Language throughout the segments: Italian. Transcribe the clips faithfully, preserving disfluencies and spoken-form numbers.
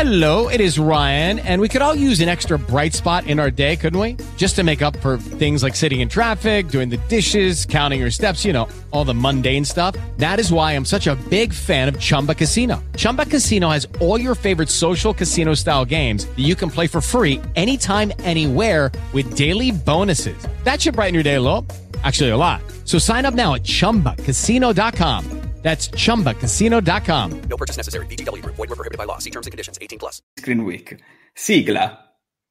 Hello, it is Ryan, and we could all use an extra bright spot in our day, couldn't we? Just to make up for things like sitting in traffic, doing the dishes, counting your steps, you know, all the mundane stuff. That is why I'm such a big fan of Chumba Casino. Chumba Casino has all your favorite social casino-style games that you can play for free anytime, anywhere with daily bonuses. That should brighten your day a little. Actually, a lot. So sign up now at chumba casino dot com. That's chumba casino dot com. No purchase necessary. V G W Group. Void where prohibited by law. See terms and conditions. eighteen plus. Screen Week. Sigla.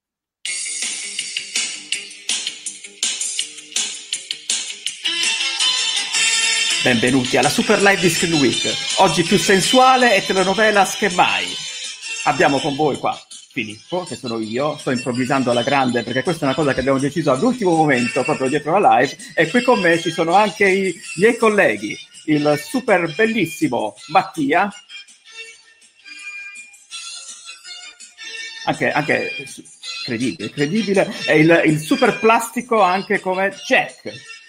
Benvenuti alla Super Live di Screen Week. Oggi più sensuale e telenovelas che mai. Abbiamo con voi qua Filippo, che sono io, sto improvvisando alla grande perché questa è una cosa che abbiamo deciso all'ultimo momento, proprio dietro la live, e qui con me ci sono anche i miei colleghi, il super bellissimo Mattia, anche, anche credibile, credibile, e il, il super plastico anche come Jack.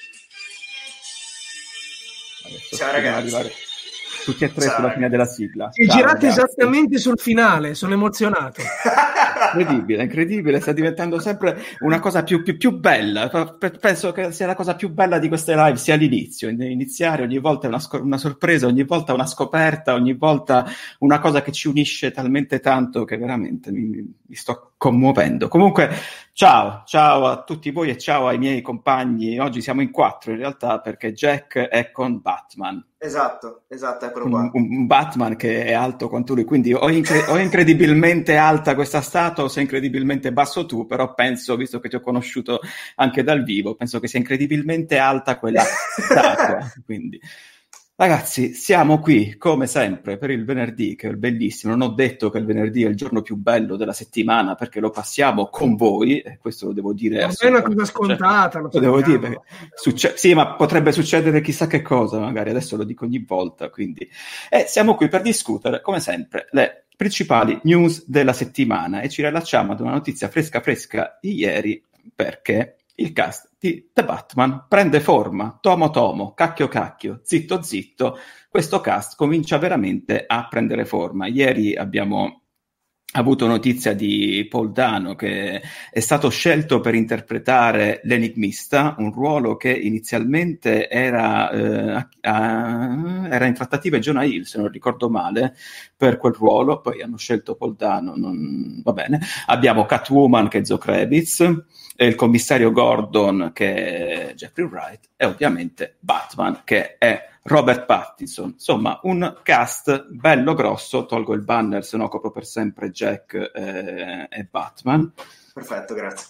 Adesso ciao ragazzi. Arrivare tutti e tre ciao, sulla fine della sigla. Si è Ciao, girato ragazzi. Esattamente sul finale, sono emozionato. Incredibile, incredibile, sta diventando sempre una cosa più, più, più bella. P- penso che sia la cosa più bella di queste live, sia l'inizio. Iniziare ogni volta è una, scor- una sorpresa, ogni volta una scoperta, ogni volta una cosa che ci unisce talmente tanto che veramente mi, mi sto commuovendo. Comunque, ciao, ciao a tutti voi e ciao ai miei compagni. Oggi siamo in quattro in realtà perché Jack è con Batman. Esatto, esatto, eccolo qua. Un, un Batman che è alto quanto lui, quindi o, incre- o è incredibilmente alta questa statua o sei incredibilmente basso tu, però penso, visto che ti ho conosciuto anche dal vivo, penso che sia incredibilmente alta quella statua. Quindi, ragazzi, siamo qui come sempre per il venerdì, che è il bellissimo. Non ho detto che il venerdì è il giorno più bello della settimana perché lo passiamo con voi, e questo lo devo dire. Non è una cosa scontata, lo, lo devo dire perché succe- sì, ma potrebbe succedere chissà che cosa, magari adesso lo dico ogni volta, quindi e siamo qui per discutere come sempre le principali news della settimana e ci rilacciamo ad una notizia fresca fresca di ieri, perché il cast di The Batman prende forma, tomo tomo, cacchio cacchio, zitto zitto. Questo cast comincia veramente a prendere forma. Ieri abbiamo avuto notizia di Paul Dano che è stato scelto per interpretare l'enigmista, un ruolo che inizialmente era, eh, a, a, era in trattativa Jonah Hill, se non ricordo male, per quel ruolo. Poi hanno scelto Paul Dano, non va bene. Abbiamo Catwoman che è Zoe Kravitz, e il commissario Gordon che è Jeffrey Wright, e ovviamente Batman che è Robert Pattinson. Insomma, un cast bello grosso. Tolgo il banner, se no copro per sempre Jack eh, e Batman. Perfetto, grazie.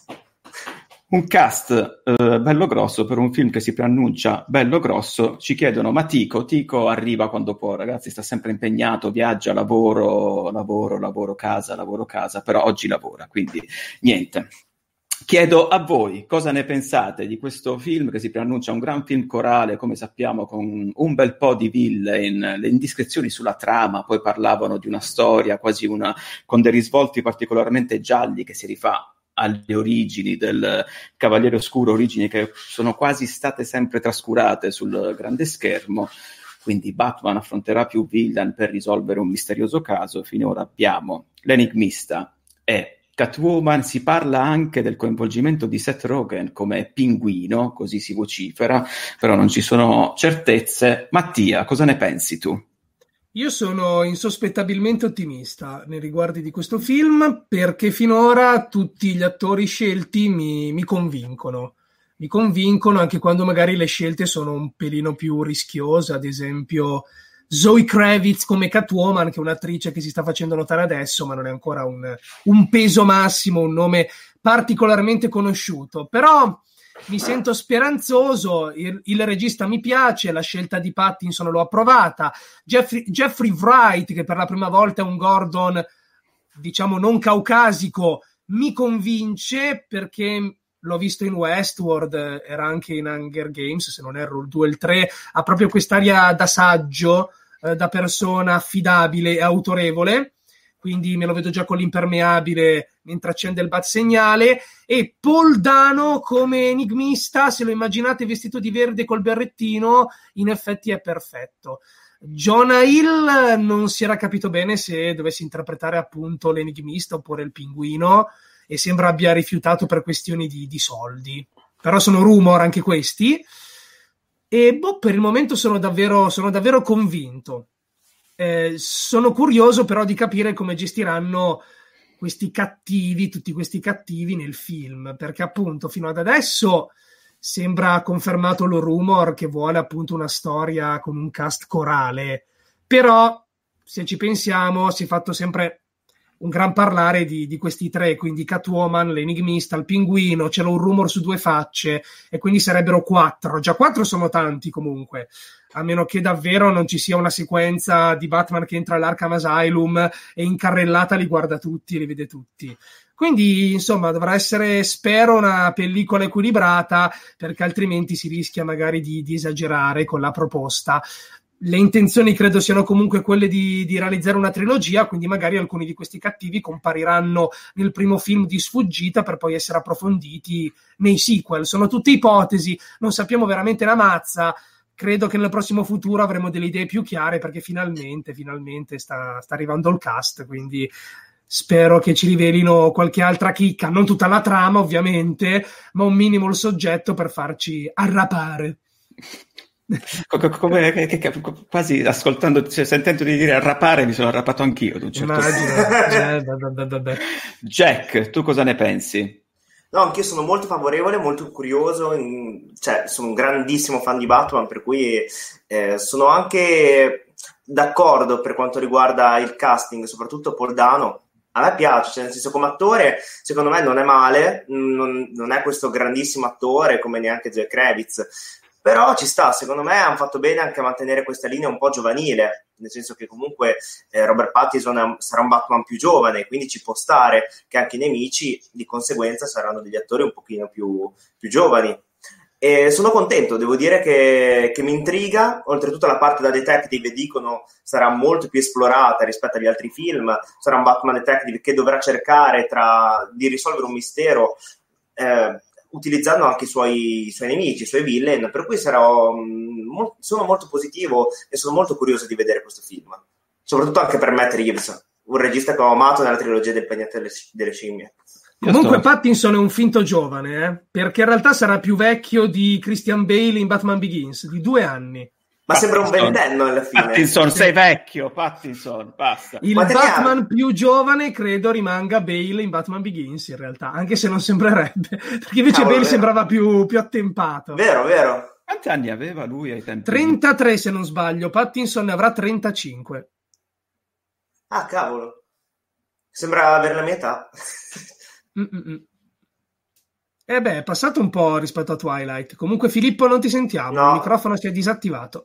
Un cast eh, bello grosso per un film che si preannuncia bello grosso. Ci chiedono, ma Tico? Tico arriva quando può, ragazzi, sta sempre impegnato, viaggia, lavoro, lavoro, lavoro, casa, lavoro, casa, però oggi lavora, quindi niente. Chiedo a voi cosa ne pensate di questo film che si preannuncia un gran film corale, come sappiamo, con un bel po' di villain, le indiscrezioni sulla trama, poi parlavano di una storia quasi una con dei risvolti particolarmente gialli che si rifà alle origini del Cavaliere Oscuro, origini che sono quasi state sempre trascurate sul grande schermo. Quindi Batman affronterà più villain per risolvere un misterioso caso. Finora abbiamo l'enigmista e Catwoman. Si parla anche del coinvolgimento di Seth Rogen come Pinguino, così si vocifera, però non ci sono certezze. Mattia, cosa ne pensi tu? Io sono insospettabilmente ottimista nei riguardi di questo film perché finora tutti gli attori scelti mi, mi convincono. Mi convincono anche quando magari le scelte sono un pelino più rischiose, ad esempio Zoe Kravitz come Catwoman, che è un'attrice che si sta facendo notare adesso, ma non è ancora un, un peso massimo, un nome particolarmente conosciuto. Però mi sento speranzoso, il, il regista mi piace, la scelta di Pattinson l'ho approvata, Jeffrey, Jeffrey Wright, che per la prima volta è un Gordon, diciamo, non caucasico, mi convince perché l'ho visto in Westworld, era anche in Hunger Games, se non erro, il due e il tre, ha proprio quest'aria da saggio, eh, da persona affidabile e autorevole, quindi me lo vedo già con l'impermeabile mentre accende il bat segnale. E Paul Dano come enigmista, se lo immaginate vestito di verde col berrettino, in effetti è perfetto. Jonah Hill non si era capito bene se dovesse interpretare appunto l'enigmista oppure il pinguino, e sembra abbia rifiutato per questioni di, di soldi, però sono rumor anche questi, e boh, per il momento sono davvero, sono davvero convinto. Eh, sono curioso però di capire come gestiranno questi cattivi, tutti questi cattivi nel film, perché appunto fino ad adesso sembra confermato lo rumor che vuole appunto una storia con un cast corale, però se ci pensiamo si è fatto sempre un gran parlare di, di questi tre, quindi Catwoman, l'enigmista, il pinguino, c'era un rumor su due facce, e quindi sarebbero quattro, già quattro sono tanti comunque, a meno che davvero non ci sia una sequenza di Batman che entra all'Arkham Asylum e in carrellata li guarda tutti, li vede tutti. Quindi, insomma, dovrà essere, spero, una pellicola equilibrata, perché altrimenti si rischia magari di, di esagerare con la proposta. Le intenzioni credo siano comunque quelle di, di realizzare una trilogia, quindi magari alcuni di questi cattivi compariranno nel primo film di sfuggita per poi essere approfonditi nei sequel. Sono tutte ipotesi, non sappiamo veramente la mazza. Credo che nel prossimo futuro avremo delle idee più chiare, perché finalmente, finalmente sta, sta arrivando il cast, quindi spero che ci rivelino qualche altra chicca, non tutta la trama ovviamente, ma un minimo il soggetto per farci arrapare. Come, che, che, quasi ascoltando, cioè, sentendo di dire arrapare, mi sono arrapato anch'io ad un certo punto. Jack, tu cosa ne pensi? No, anch'io sono molto favorevole, molto curioso, in, cioè sono un grandissimo fan di Batman, per cui eh, sono anche d'accordo per quanto riguarda il casting, soprattutto Paul Dano. A me piace, cioè nel senso, come attore secondo me non è male, non, non è questo grandissimo attore come neanche Zoe Kravitz, però ci sta, secondo me hanno fatto bene anche a mantenere questa linea un po' giovanile, nel senso che comunque eh, Robert Pattinson è un, sarà un Batman più giovane, quindi ci può stare che anche i nemici di conseguenza saranno degli attori un pochino più, più giovani. E sono contento, devo dire che, che mi intriga, oltretutto la parte da detective dicono sarà molto più esplorata rispetto agli altri film, sarà un Batman detective che dovrà cercare tra, di risolvere un mistero eh, utilizzando anche i suoi, i suoi nemici, i suoi villain, per cui sarò, mo, sono molto positivo e sono molto curioso di vedere questo film, soprattutto anche per Matt Reeves, un regista che ho amato nella trilogia del Pianeta delle, delle Scimmie. Comunque Pattinson è un finto giovane, eh? Perché in realtà sarà più vecchio di Christian Bale in Batman Begins, di due anni. Ma sembra un ventenno alla fine. Pattinson, sei vecchio, Pattinson, basta. Il Quante Batman più giovane credo rimanga Bale in Batman Begins, in realtà, anche se non sembrerebbe, perché invece Cavolo, Bale vero. sembrava più, più attempato. Vero, vero. Quanti anni aveva lui ai tempi? trentatré se non sbaglio, Pattinson ne avrà trentacinque. Ah, cavolo. Sembra avere la mia età. Mm-mm. Eh beh, è passato un po' rispetto a Twilight. Comunque Filippo non ti sentiamo, No. il microfono si è disattivato.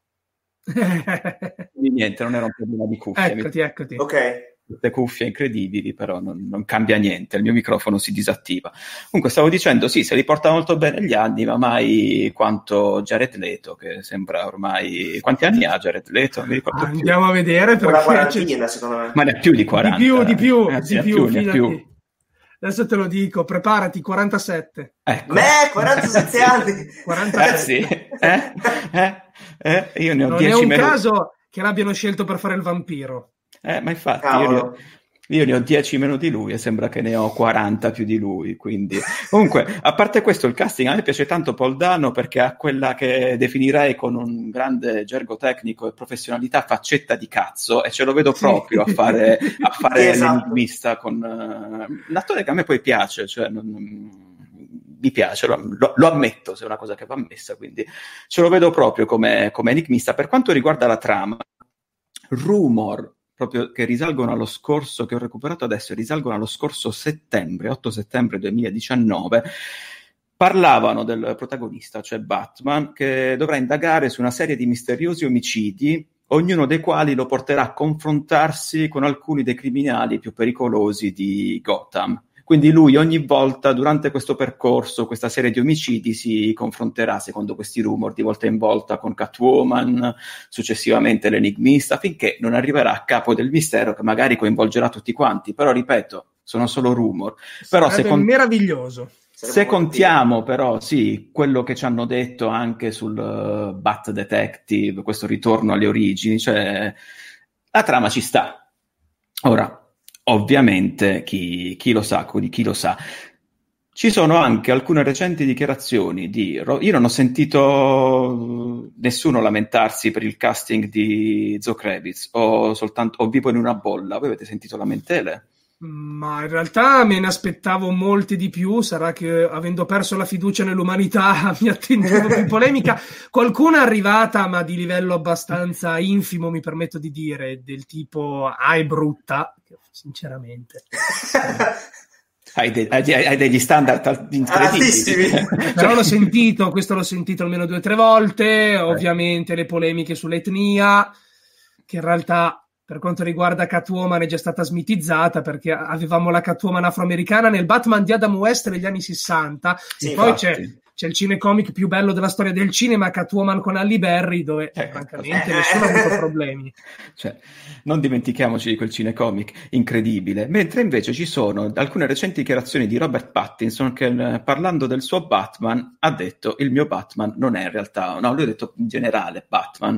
Niente, non era un problema di cuffia. Eccoti, eccoti. Ok. Tutte cuffie incredibili, però non, non cambia niente, il mio microfono si disattiva. Comunque stavo dicendo, sì, se li porta molto bene gli anni, ma mai quanto Jared Leto, che sembra ormai... Quanti anni ha Jared Leto? Non mi ricordo più. Andiamo a vedere Una perché quarantina, secondo me. Ma ne ha più di quaranta. di più, di più, eh, di sì, ne ha più, più, ne ha fidati. più. Adesso te lo dico, preparati, quarantasette. Ecco. Me, quarantasette anni! quarantasette. Eh sì, eh? Eh? Eh? Io ne ho Non è dieci un minuti. caso che l'abbiano scelto per fare il vampiro. Eh, ma infatti io ne, Cavolo. ho, io ne ho dieci meno di lui e sembra che ne ho quaranta più di lui, quindi comunque, a parte questo, il casting a me piace tanto Paul Dano perché ha quella che definirei con un grande gergo tecnico e professionalità faccetta di cazzo, e ce lo vedo proprio a fare, a fare Sì, esatto. l'enigmista con uh, un attore che a me poi piace, cioè non, non, mi piace, lo, lo, lo ammetto, se è una cosa che va ammessa, quindi ce lo vedo proprio come, come enigmista. Per quanto riguarda la trama, rumor proprio che risalgono allo scorso, che ho recuperato adesso, risalgono allo scorso settembre, otto settembre duemiladiciannove, parlavano del protagonista, cioè Batman, che dovrà indagare su una serie di misteriosi omicidi, ognuno dei quali lo porterà a confrontarsi con alcuni dei criminali più pericolosi di Gotham. Quindi lui ogni volta durante questo percorso, questa serie di omicidi, si confronterà, secondo questi rumor, di volta in volta con Catwoman, successivamente l'enigmista, finché non arriverà a capo del mistero che magari coinvolgerà tutti quanti. Però ripeto, sono solo rumor. Però Sarebbe secondo... meraviglioso. Se contiamo però, sì, quello che ci hanno detto anche sul uh, Bat Detective, questo ritorno alle origini, cioè la trama ci sta. Ora, ovviamente, chi, chi lo sa, chi lo sa. Ci sono anche alcune recenti dichiarazioni di... Io non ho sentito nessuno lamentarsi per il casting di Zoe Kravitz, o soltanto o vivo in una bolla. Voi avete sentito lamentele? Ma in realtà me ne aspettavo molte di più. Sarà che avendo perso la fiducia nell'umanità mi attendevo più polemica. Qualcuna è arrivata, ma di livello abbastanza infimo, mi permetto di dire, del tipo ah, è brutta, sinceramente. Hai, de- hai, hai degli standard incredibili. Però l'ho sentito, questo l'ho sentito almeno due o tre volte. Ovviamente le polemiche sull'etnia, che in realtà per quanto riguarda Catwoman è già stata smitizzata, perché avevamo la Catwoman afroamericana nel Batman di Adam West negli anni sessanta, sì, e poi c'è, c'è il cinecomic più bello della storia del cinema, Catwoman con Halle Berry, dove eh, francamente eh, nessuno ha avuto problemi. Cioè, non dimentichiamoci di quel cinecomic incredibile. Mentre invece ci sono alcune recenti dichiarazioni di Robert Pattinson che, parlando del suo Batman, ha detto: il mio Batman non è in realtà, no, lui ha detto in generale Batman,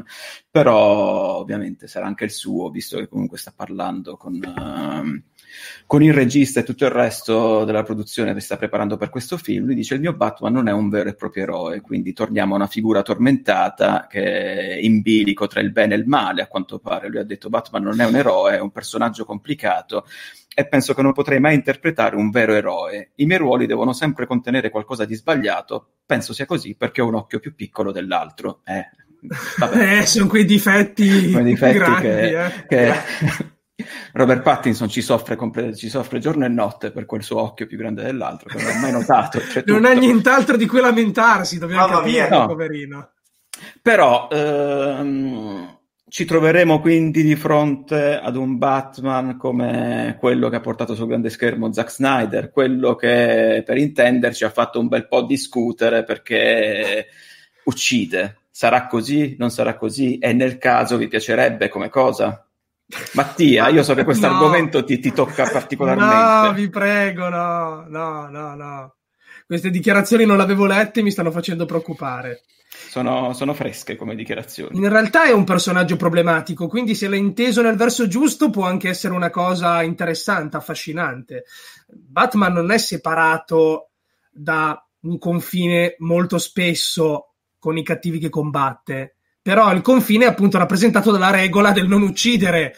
però ovviamente sarà anche il suo, visto che comunque sta parlando con, uh, con il regista e tutto il resto della produzione che sta preparando per questo film. Lui dice: il mio Batman non è un vero e proprio eroe, quindi torniamo a una figura tormentata che è in bilico tra il bene e il male, a quanto pare. Lui ha detto: Batman non è un eroe, è un personaggio complicato e penso che non potrei mai interpretare un vero eroe. I miei ruoli devono sempre contenere qualcosa di sbagliato, penso sia così perché ho un occhio più piccolo dell'altro. Eh, vabbè. Eh, sono quei difetti, quei difetti grandi, che, eh. che Robert Pattinson ci soffre, compre- ci soffre giorno e notte per quel suo occhio più grande dell'altro, che non ho mai notato. C'è non tutto. ha nient'altro di cui lamentarsi, dobbiamo Mamma capire, mia, no. Poverino. Però ehm, ci troveremo quindi di fronte ad un Batman come quello che ha portato sul grande schermo Zack Snyder, quello che, per intenderci, ha fatto un bel po' discutere perché uccide. Sarà così? Non sarà così? E nel caso vi piacerebbe come cosa? Mattia, io so che questo no. argomento ti, ti tocca particolarmente. No, vi prego, no, no, no, no. Queste dichiarazioni non le avevo lette e mi stanno facendo preoccupare. Sono, sono fresche come dichiarazioni. In realtà è un personaggio problematico, quindi se l'è inteso nel verso giusto può anche essere una cosa interessante, affascinante. Batman non è separato da un confine molto spesso con i cattivi che combatte, però il confine è appunto rappresentato dalla regola del non uccidere,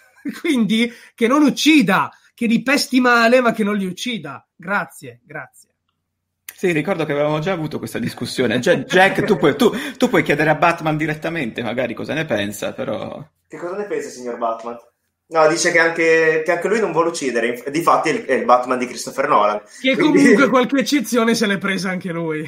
quindi che non uccida, che li pesti male ma che non li uccida. Grazie, grazie. Sì, ricordo che avevamo già avuto questa discussione. Jack, Jack tu, puoi, tu, tu puoi chiedere a Batman direttamente magari cosa ne pensa, però... Che cosa ne pensa, signor Batman? No, dice che anche, che anche lui non vuole uccidere, difatti è il, è il Batman di Christopher Nolan. Che quindi... comunque qualche eccezione se l'è presa anche lui.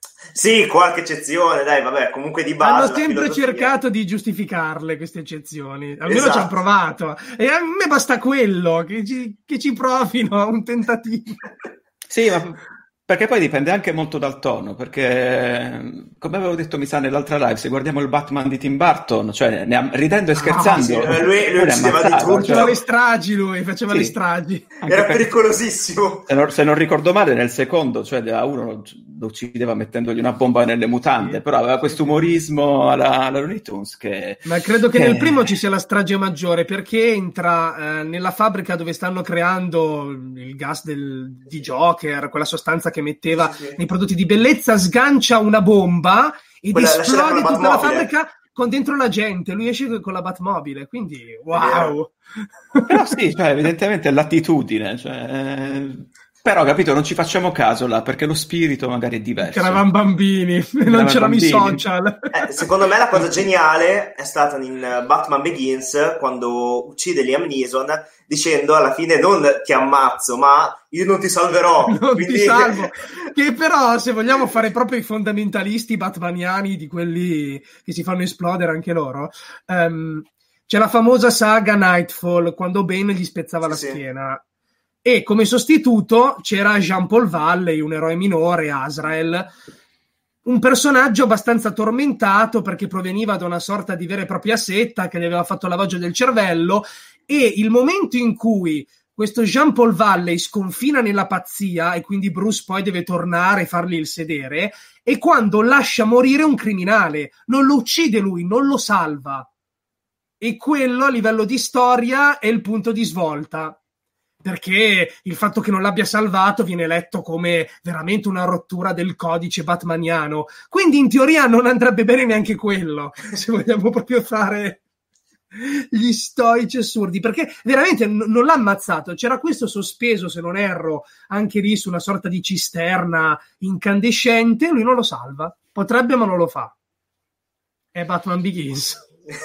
Sì, qualche eccezione, dai, vabbè, comunque di base. Hanno sempre filosofia... cercato di giustificarle queste eccezioni, almeno esatto. Ci hanno provato. E a me basta quello, che ci, che ci provino, un tentativo. Sì, ma... Perché poi dipende anche molto dal tono, perché come avevo detto mi sa nell'altra live, se guardiamo il Batman di Tim Burton, cioè ne ha, ridendo e scherzando, ah, sì, lui, lui uccideva di tutto, faceva cioè... le stragi lui, faceva sì. le stragi. Anche era pericolosissimo. Se non, se non ricordo male nel secondo, cioè a uno lo uccideva mettendogli una bomba nelle mutande, sì. Però aveva questo umorismo alla, alla Looney Tunes che... Ma credo che, che nel primo ci sia la strage maggiore, perché entra eh, nella fabbrica dove stanno creando il gas del, di Joker, quella sostanza che metteva sì, sì. nei prodotti di bellezza, sgancia una bomba ed quella, esplode tutta la fabbrica con dentro la gente. Lui esce con la Batmobile, quindi wow. Però sì, cioè, evidentemente è l'attitudine, cioè... Però capito, non ci facciamo caso là, perché lo spirito magari è diverso. Che eravamo bambini, non c'erano i social. Eh, secondo me la cosa geniale è stata in Batman Begins, quando uccide Liam Neeson, dicendo alla fine non ti ammazzo, ma io non ti salverò. Non quindi... ti salvo. Che però, se vogliamo fare proprio i fondamentalisti batmaniani, di quelli che si fanno esplodere anche loro, um, c'è la famosa saga Nightfall, quando Bane gli spezzava sì, la schiena. Sì. E come sostituto c'era Jean-Paul Valley, un eroe minore, Azrael, un personaggio abbastanza tormentato perché proveniva da una sorta di vera e propria setta che gli aveva fatto lavaggio del cervello, e il momento in cui questo Jean Paul Valley sconfina nella pazzia e quindi Bruce poi deve tornare e fargli il sedere, e quando lascia morire un criminale, non lo uccide lui, non lo salva. E quello a livello di storia è il punto di svolta, perché il fatto che non l'abbia salvato viene letto come veramente una rottura del codice batmaniano, quindi in teoria non andrebbe bene neanche quello, se vogliamo proprio fare gli stoici assurdi, perché veramente n- non l'ha ammazzato, c'era questo sospeso, se non erro, anche lì su una sorta di cisterna incandescente, lui non lo salva, potrebbe ma non lo fa. È Batman Begins.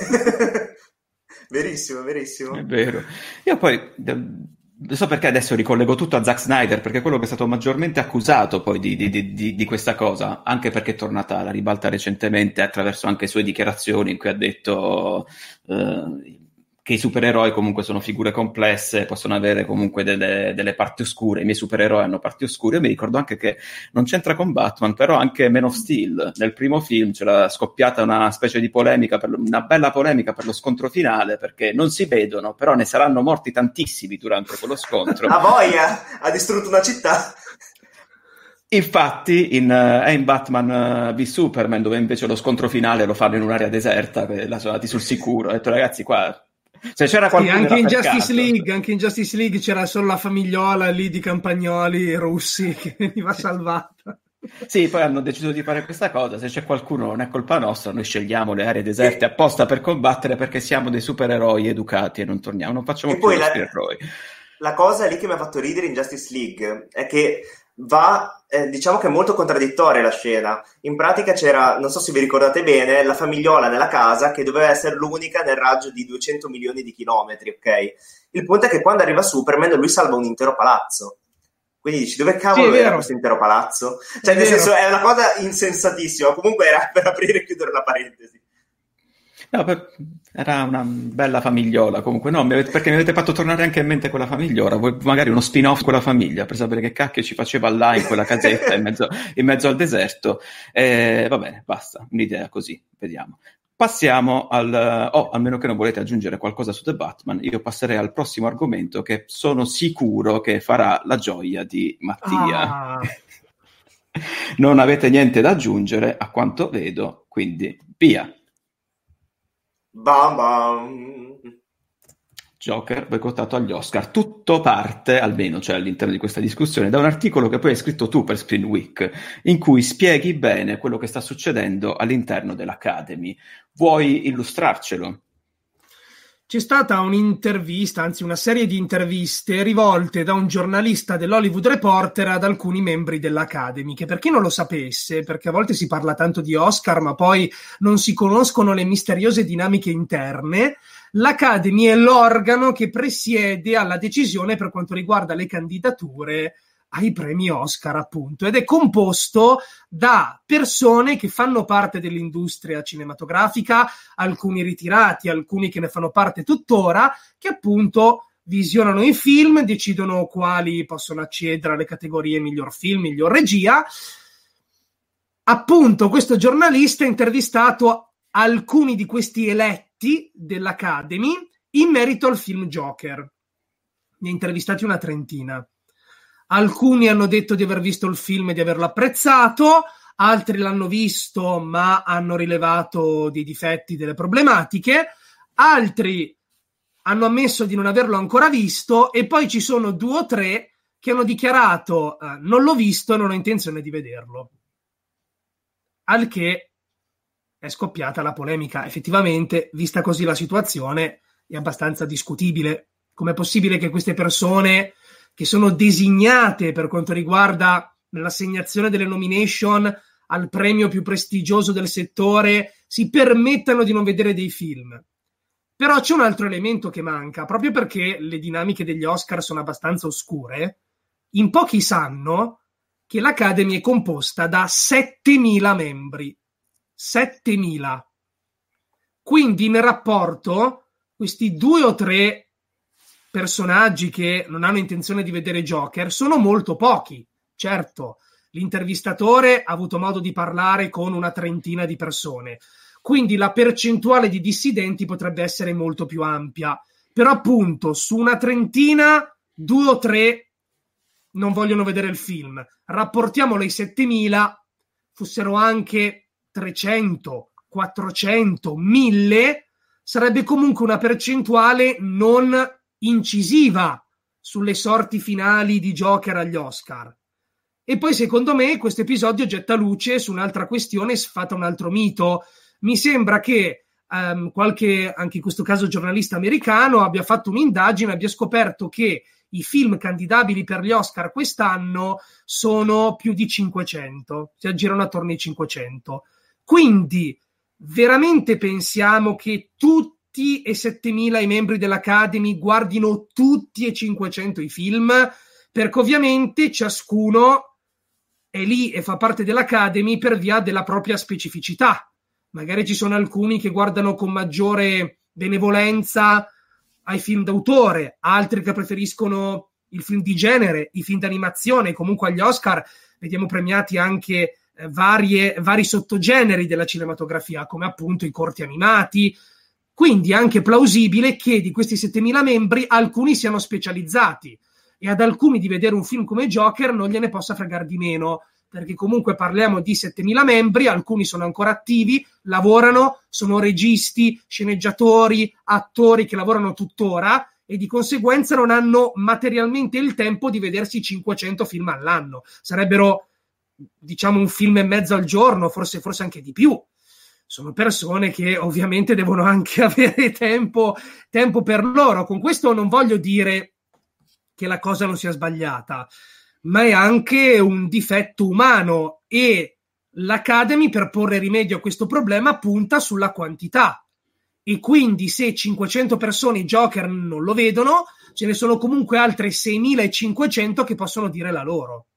Verissimo, verissimo. È vero. Io poi non so perché adesso ricollego tutto a Zack Snyder, perché è quello che è stato maggiormente accusato poi di, di, di, di questa cosa, anche perché è tornata alla ribalta recentemente attraverso anche sue dichiarazioni in cui ha detto eh, che i supereroi comunque sono figure complesse, possono avere comunque delle, delle parti oscure, i miei supereroi hanno parti oscure. Io mi ricordo anche che non c'entra con Batman, però anche Man of Steel, nel primo film c'era scoppiata una specie di polemica, per, una bella polemica per lo scontro finale, perché non si vedono, però ne saranno morti tantissimi durante quello scontro. A voglia, ha distrutto una città. Infatti in, uh, è in Batman uh, v Superman, dove invece lo scontro finale lo fanno in un'area deserta, la sono andati sul sicuro, ho detto ragazzi qua... Cioè, c'era sì, anche in Justice caso. League anche in Justice League c'era solo la famigliola lì di campagnoli russi che veniva salvata. Sì, poi hanno deciso di fare questa cosa, se c'è qualcuno non è colpa nostra, noi scegliamo le aree deserte apposta per combattere, perché siamo dei supereroi educati e non torniamo, non facciamo e più poi gli la, supereroi. La cosa lì che mi ha fatto ridere in Justice League è che va, eh, diciamo che è molto contraddittoria la scena. In pratica c'era, non so se vi ricordate bene, la famigliola nella casa che doveva essere l'unica nel raggio di duecento milioni di chilometri, ok? Il punto è che quando arriva Superman lui salva un intero palazzo. Quindi dici, dove cavolo sì, era questo intero palazzo? Cioè, è nel vero. senso, è una cosa insensatissima. Comunque era per aprire e chiudere la parentesi. No, per... era una bella famigliola comunque, no, mi avete... perché mi avete fatto tornare anche in mente quella famigliola, vuoi magari uno spin-off con la famiglia per sapere che cacchio ci faceva là in quella casetta in mezzo, in mezzo al deserto. Eh, va bene, basta, un'idea così, vediamo. Passiamo al... oh, a meno che non volete aggiungere qualcosa su The Batman, io passerei al prossimo argomento che sono sicuro che farà la gioia di Mattia. Ah. Non avete niente da aggiungere a quanto vedo, quindi via. Bam bam. Joker boicottato agli Oscar. Tutto parte, almeno cioè all'interno di questa discussione, da un articolo che poi hai scritto tu per Screen Week, in cui spieghi bene quello che sta succedendo all'interno dell'Academy. Vuoi illustrarcelo? C'è stata un'intervista, anzi una serie di interviste rivolte da un giornalista dell'Hollywood Reporter ad alcuni membri dell'Academy, che per chi non lo sapesse, perché a volte si parla tanto di Oscar ma poi non si conoscono le misteriose dinamiche interne, l'Academy è l'organo che presiede alla decisione per quanto riguarda le candidature ai premi Oscar, appunto, ed è composto da persone che fanno parte dell'industria cinematografica, alcuni ritirati, alcuni che ne fanno parte tuttora, che appunto visionano i film, decidono quali possono accedere alle categorie miglior film, miglior regia. Appunto, questo giornalista ha intervistato alcuni di questi eletti dell'Academy in merito al film Joker. Ne ha intervistati una trentina. Alcuni hanno detto di aver visto il film e di averlo apprezzato, altri l'hanno visto ma hanno rilevato dei difetti, delle problematiche, altri hanno ammesso di non averlo ancora visto e poi ci sono due o tre che hanno dichiarato eh, non l'ho visto e non ho intenzione di vederlo. Al che è scoppiata la polemica. Effettivamente, vista così la situazione, è abbastanza discutibile. Com'è possibile che queste persone che sono designate per quanto riguarda l'assegnazione delle nomination al premio più prestigioso del settore si permettano di non vedere dei film? Però c'è un altro elemento che manca, proprio perché le dinamiche degli Oscar sono abbastanza oscure. In pochi sanno che l'Academy è composta da settemila membri. settemila. Quindi in rapporto questi due o tre personaggi che non hanno intenzione di vedere Joker sono molto pochi. Certo, l'intervistatore ha avuto modo di parlare con una trentina di persone, quindi la percentuale di dissidenti potrebbe essere molto più ampia, però appunto su una trentina due o tre non vogliono vedere il film. Rapportiamolo ai settemila, fossero anche trecento, quattrocento, mille, sarebbe comunque una percentuale non incisiva sulle sorti finali di Joker agli Oscar. E poi secondo me questo episodio getta luce su un'altra questione e sfata un altro mito. Mi sembra che um, qualche, anche in questo caso giornalista americano, abbia fatto un'indagine, abbia scoperto che i film candidabili per gli Oscar quest'anno sono più di cinquecento, si aggirano attorno ai cinquecento. Quindi veramente pensiamo che tutti e settemila i membri dell'Academy guardino tutti e cinquecento i film? Perché ovviamente ciascuno è lì e fa parte dell'Academy per via della propria specificità. Magari ci sono alcuni che guardano con maggiore benevolenza ai film d'autore, altri che preferiscono il film di genere, i film d'animazione. Comunque agli Oscar vediamo premiati anche eh, varie, vari sottogeneri della cinematografia, come appunto i corti animati. Quindi è anche plausibile che di questi settemila membri alcuni siano specializzati e ad alcuni di vedere un film come Joker non gliene possa fregare di meno, perché comunque parliamo di settemila membri, alcuni sono ancora attivi, lavorano, sono registi, sceneggiatori, attori che lavorano tuttora e di conseguenza non hanno materialmente il tempo di vedersi cinquecento film all'anno. Sarebbero, diciamo, un film e mezzo al giorno, forse, forse anche di più. Sono persone che ovviamente devono anche avere tempo, tempo per loro. Con questo non voglio dire che la cosa non sia sbagliata, ma è anche un difetto umano e l'Academy, per porre rimedio a questo problema, punta sulla quantità. E quindi se cinquecento persone Joker non lo vedono, ce ne sono comunque altre seimilacinquecento che possono dire la loro.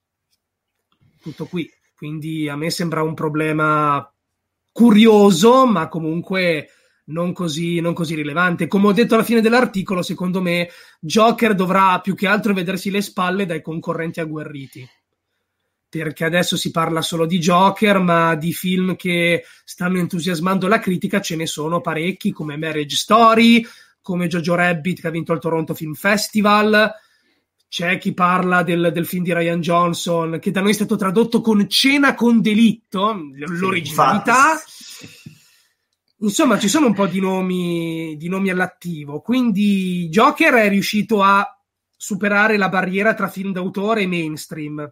Tutto qui. Quindi a me sembra un problema curioso, ma comunque non così, non così rilevante. Come ho detto alla fine dell'articolo, secondo me Joker dovrà più che altro vedersi le spalle dai concorrenti agguerriti, perché adesso si parla solo di Joker, ma di film che stanno entusiasmando la critica ce ne sono parecchi, come Marriage Story, come Jojo Rabbit che ha vinto il Toronto Film Festival. C'è chi parla del, del film di Rian Johnson che da noi è stato tradotto con Cena con delitto, l'originalità. Sì, insomma, ci sono un po' di nomi, di nomi all'attivo. Quindi Joker è riuscito a superare la barriera tra film d'autore e mainstream,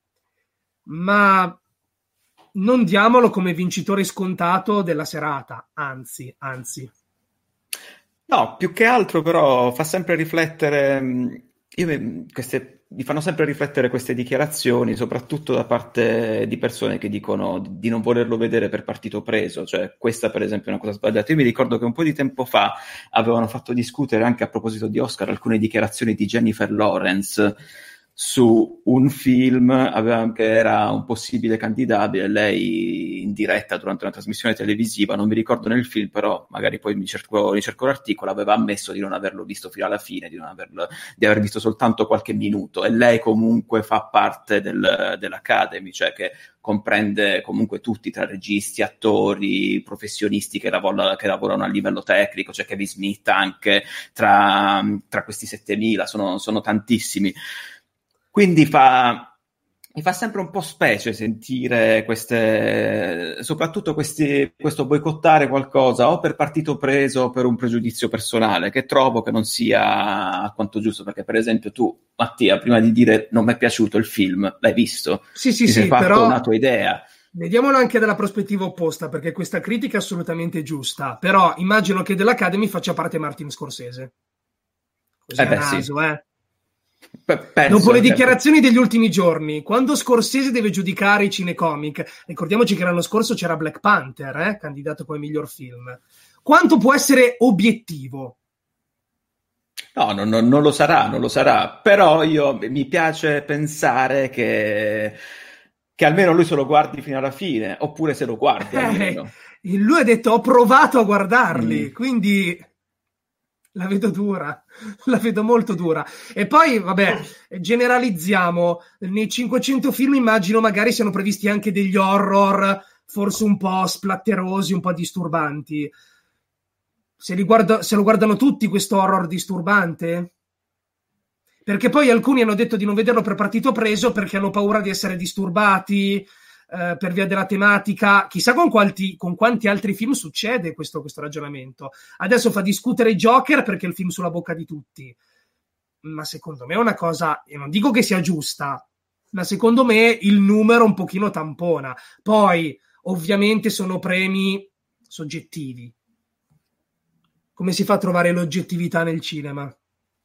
ma non diamolo come vincitore scontato della serata, anzi, anzi. No, più che altro però fa sempre riflettere, io, queste, mi fanno sempre riflettere queste dichiarazioni, soprattutto da parte di persone che dicono di non volerlo vedere per partito preso. Cioè, questa per esempio è una cosa sbagliata. Io mi ricordo che un po' di tempo fa avevano fatto discutere anche a proposito di Oscar alcune dichiarazioni di Jennifer Lawrence su un film aveva, che era un possibile candidabile, lei in diretta durante una trasmissione televisiva, non mi ricordo nel film, però magari poi mi cerco, mi cerco l'articolo, aveva ammesso di non averlo visto fino alla fine, di non averlo, di aver visto soltanto qualche minuto, e lei comunque fa parte del, dell'Academy, cioè che comprende comunque tutti, tra registi, attori, professionisti che, lavora, che lavorano a livello tecnico, c'è cioè Kevin Smith anche tra, tra questi settemila, sono, sono tantissimi. Quindi fa, mi fa sempre un po' specie sentire queste, soprattutto questi, questo boicottare qualcosa o per partito preso o per un pregiudizio personale, che trovo che non sia alquanto giusto, perché per esempio tu, Mattia, prima di dire non mi è piaciuto il film, l'hai visto? Sì, sì, Ti sì, sei fatto però una tua idea. Vediamolo anche dalla prospettiva opposta, perché questa critica è assolutamente giusta, però immagino che dell'Academy faccia parte Martin Scorsese. Così Eh a beh, naso, sì. eh. Penso, Dopo le certo. dichiarazioni degli ultimi giorni, quando Scorsese deve giudicare i cinecomic, ricordiamoci che l'anno scorso c'era Black Panther, eh, candidato come miglior film, quanto può essere obiettivo? No, no, no, non lo sarà, non lo sarà, però io mi piace pensare che, che almeno lui se lo guardi fino alla fine, oppure se lo guardi almeno. Eh, lui ha detto ho provato a guardarli, Mm. quindi la vedo dura, la vedo molto dura. E poi, vabbè, generalizziamo, nei cinquecento film immagino magari siano previsti anche degli horror, forse un po' splatterosi, un po' disturbanti. Se, li guarda, se lo guardano tutti questo horror disturbante? perché poi alcuni hanno detto di non vederlo per partito preso perché hanno paura di essere disturbati eh, per via della tematica. Chissà con quanti, con quanti altri film succede questo, questo ragionamento. Adesso fa discutere Joker perché è il film sulla bocca di tutti, ma secondo me è una cosa, io non dico che sia giusta, ma secondo me il numero un pochino tampona. Poi ovviamente sono premi soggettivi. Come si fa a trovare l'oggettività nel cinema?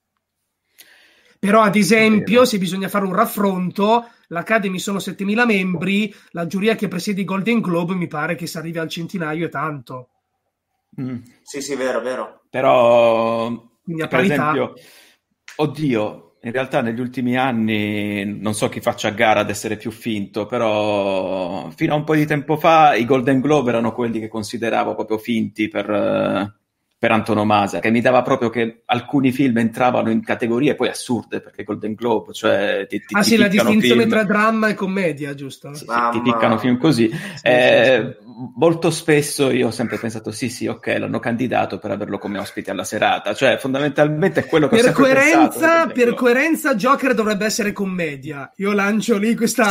Però ad esempio se bisogna fare un raffronto, l'Academy sono settemila membri, la giuria che presiede i Golden Globe mi pare che si arrivi al centinaio e tanto. Mm. Sì, sì, vero, vero. Però, Quindi a per parità. esempio, oddio, in realtà negli ultimi anni, non so chi faccia a gara ad essere più finto, però fino a un po' di tempo fa i Golden Globe erano quelli che consideravo proprio finti per... eh, per antonomasia, che mi dava proprio che alcuni film entravano in categorie poi assurde, perché Golden Globe, cioè ti, ti, Ah ti sì, la piccano distinzione film, tra dramma e commedia, giusto? sì, sì, Mamma. ti piccano film così. Sì, Eh, sì, molto spesso io ho sempre pensato sì sì ok, l'hanno candidato per averlo come ospite alla serata, cioè fondamentalmente è quello che ho Per sempre pensato del coerenza, Golden per Globe. coerenza Joker dovrebbe essere commedia. Io lancio lì questa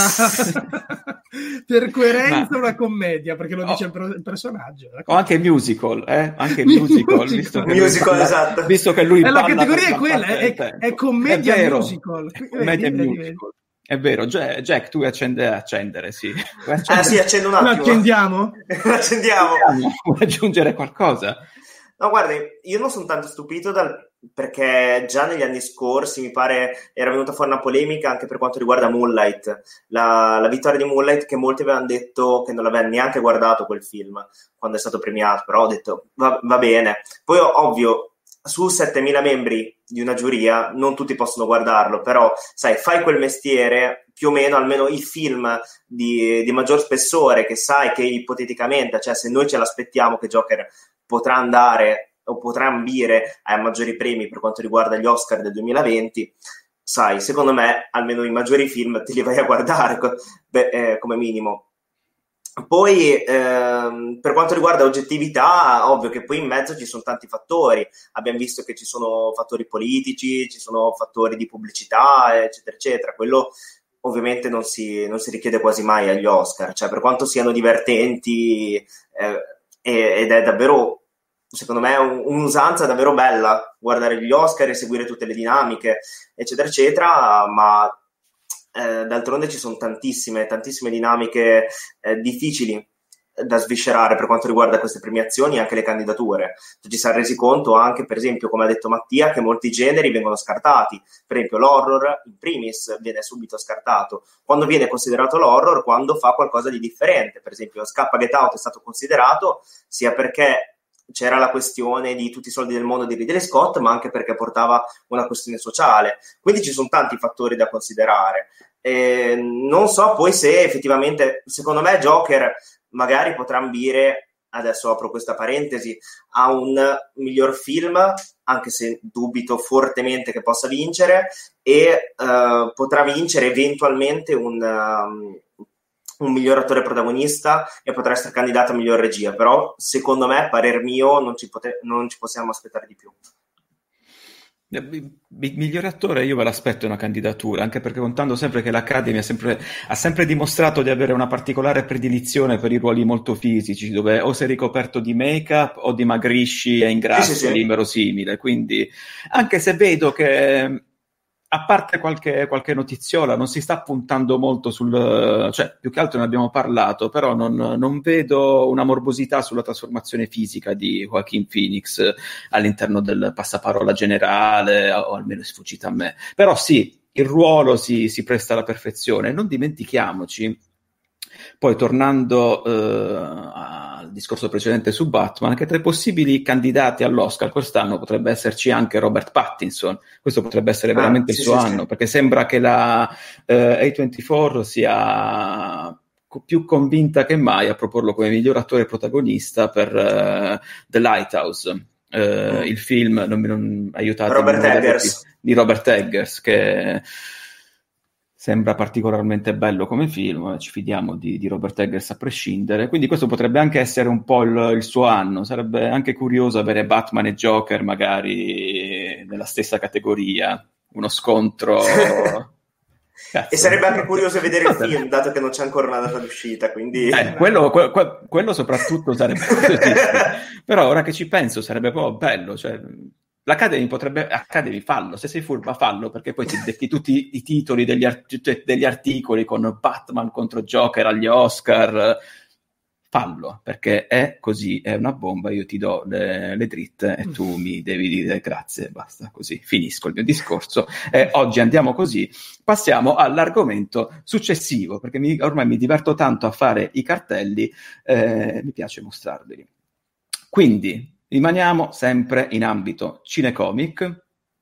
per coerenza Ma- una commedia, perché lo dice Oh. il, pro- il personaggio. O anche musical, eh? Anche Musical. musical, visto che lui Musical, balla- esatto. visto che lui Eh, la balla categoria per è quella, gran parte è- del è tempo. commedia È vero, musical. è commedia Vedi, vedi, musical. È vero, Jack, Jack, tu vuoi accendere, accendere, sì. Vuoi Ah accendere? sì, accendo un Lo attimo. accendiamo? Accendiamo. Vuoi aggiungere qualcosa? No, guarda, io non sono tanto stupito dal... perché già negli anni scorsi mi pare era venuta fuori una polemica anche per quanto riguarda Moonlight, la, la vittoria di Moonlight, che molti avevano detto che non l'avevano neanche guardato quel film quando è stato premiato, però ho detto va, va bene. Poi ovvio, su settemila membri di una giuria non tutti possono guardarlo, però sai, fai quel mestiere, più o meno almeno i film di, di maggior spessore, che sai che ipoteticamente, cioè se noi ce l'aspettiamo che Joker potrà andare o potrà ambire ai maggiori premi per quanto riguarda gli Oscar del duemilaventi, sai, secondo me almeno i maggiori film te li vai a guardare beh, eh, come minimo. Poi ehm, per quanto riguarda oggettività, ovvio che poi in mezzo ci sono tanti fattori, abbiamo visto che ci sono fattori politici, ci sono fattori di pubblicità, eccetera eccetera. Quello ovviamente non si, non si richiede quasi mai agli Oscar, cioè per quanto siano divertenti eh, ed è davvero, secondo me, un, un'usanza davvero bella guardare gli Oscar e seguire tutte le dinamiche, eccetera eccetera, ma eh, d'altronde ci sono tantissime, tantissime dinamiche eh, difficili da sviscerare per quanto riguarda queste premiazioni e anche le candidature. Ci si è resi conto anche, per esempio, come ha detto Mattia, che molti generi vengono scartati. Per esempio l'horror, in primis, viene subito scartato. Quando viene considerato l'horror? Quando fa qualcosa di differente. Per esempio Scappa Get Out è stato considerato sia perché c'era la questione di tutti i soldi del mondo di Ridley Scott, ma anche perché portava una questione sociale. Quindi ci sono tanti fattori da considerare. E non so poi se effettivamente, secondo me Joker magari potrà ambire, adesso apro questa parentesi, a un miglior film, anche se dubito fortemente che possa vincere, e uh, potrà vincere eventualmente un... Um, un miglior attore protagonista e potrà essere candidato a miglior regia, però secondo me, parer mio, non ci, pote- non ci possiamo aspettare di più. Migliore attore io ve l'aspetto una candidatura, anche perché contando sempre che l'Academy ha sempre, ha sempre dimostrato di avere una particolare predilizione per i ruoli molto fisici, dove o sei ricoperto di make-up o dimagrisci e ingrassi Sì, sì, sì. inverosimile, quindi anche se vedo che a parte qualche, qualche notiziola, non si sta puntando molto sul... cioè, più che altro ne abbiamo parlato, però non, non vedo una morbosità sulla trasformazione fisica di Joaquin Phoenix all'interno del passaparola generale, o almeno è sfuggita a me. Però sì, il ruolo si, si presta alla perfezione. Non dimentichiamoci, poi tornando eh, al discorso precedente su Batman, che tra i possibili candidati all'Oscar quest'anno potrebbe esserci anche Robert Pattinson. Questo potrebbe essere veramente ah, sì, il suo sì, anno, sì. perché sembra che la eh, A ventiquattro sia più convinta che mai a proporlo come miglior attore protagonista per uh, The Lighthouse, uh, mm. il film, non, non aiutatemi, Robert non Eggers. di Robert Eggers, che sembra particolarmente bello come film, ci fidiamo di, di Robert Eggers a prescindere, quindi questo potrebbe anche essere un po' il, il suo anno. Sarebbe anche curioso avere Batman e Joker magari nella stessa categoria, uno scontro. Cazzo, e sarebbe anche no. curioso vedere il film, dato che non c'è ancora una data d'uscita, quindi... Eh, quello, que- que- quello soprattutto sarebbe curiosissimo. Però ora che ci penso sarebbe proprio bello, cioè, l'Academy potrebbe, Academy fallo, se sei furba fallo, perché poi ti becchi tutti i titoli degli, art- degli articoli con Batman contro Joker agli Oscar. Fallo, perché è così, è una bomba, io ti do le, le dritte e tu mi devi dire grazie, basta, così finisco il mio discorso. Eh, oggi andiamo così, passiamo all'argomento successivo, perché mi, ormai mi diverto tanto a fare i cartelli, eh, mi piace mostrarveli. Quindi rimaniamo sempre in ambito cinecomic.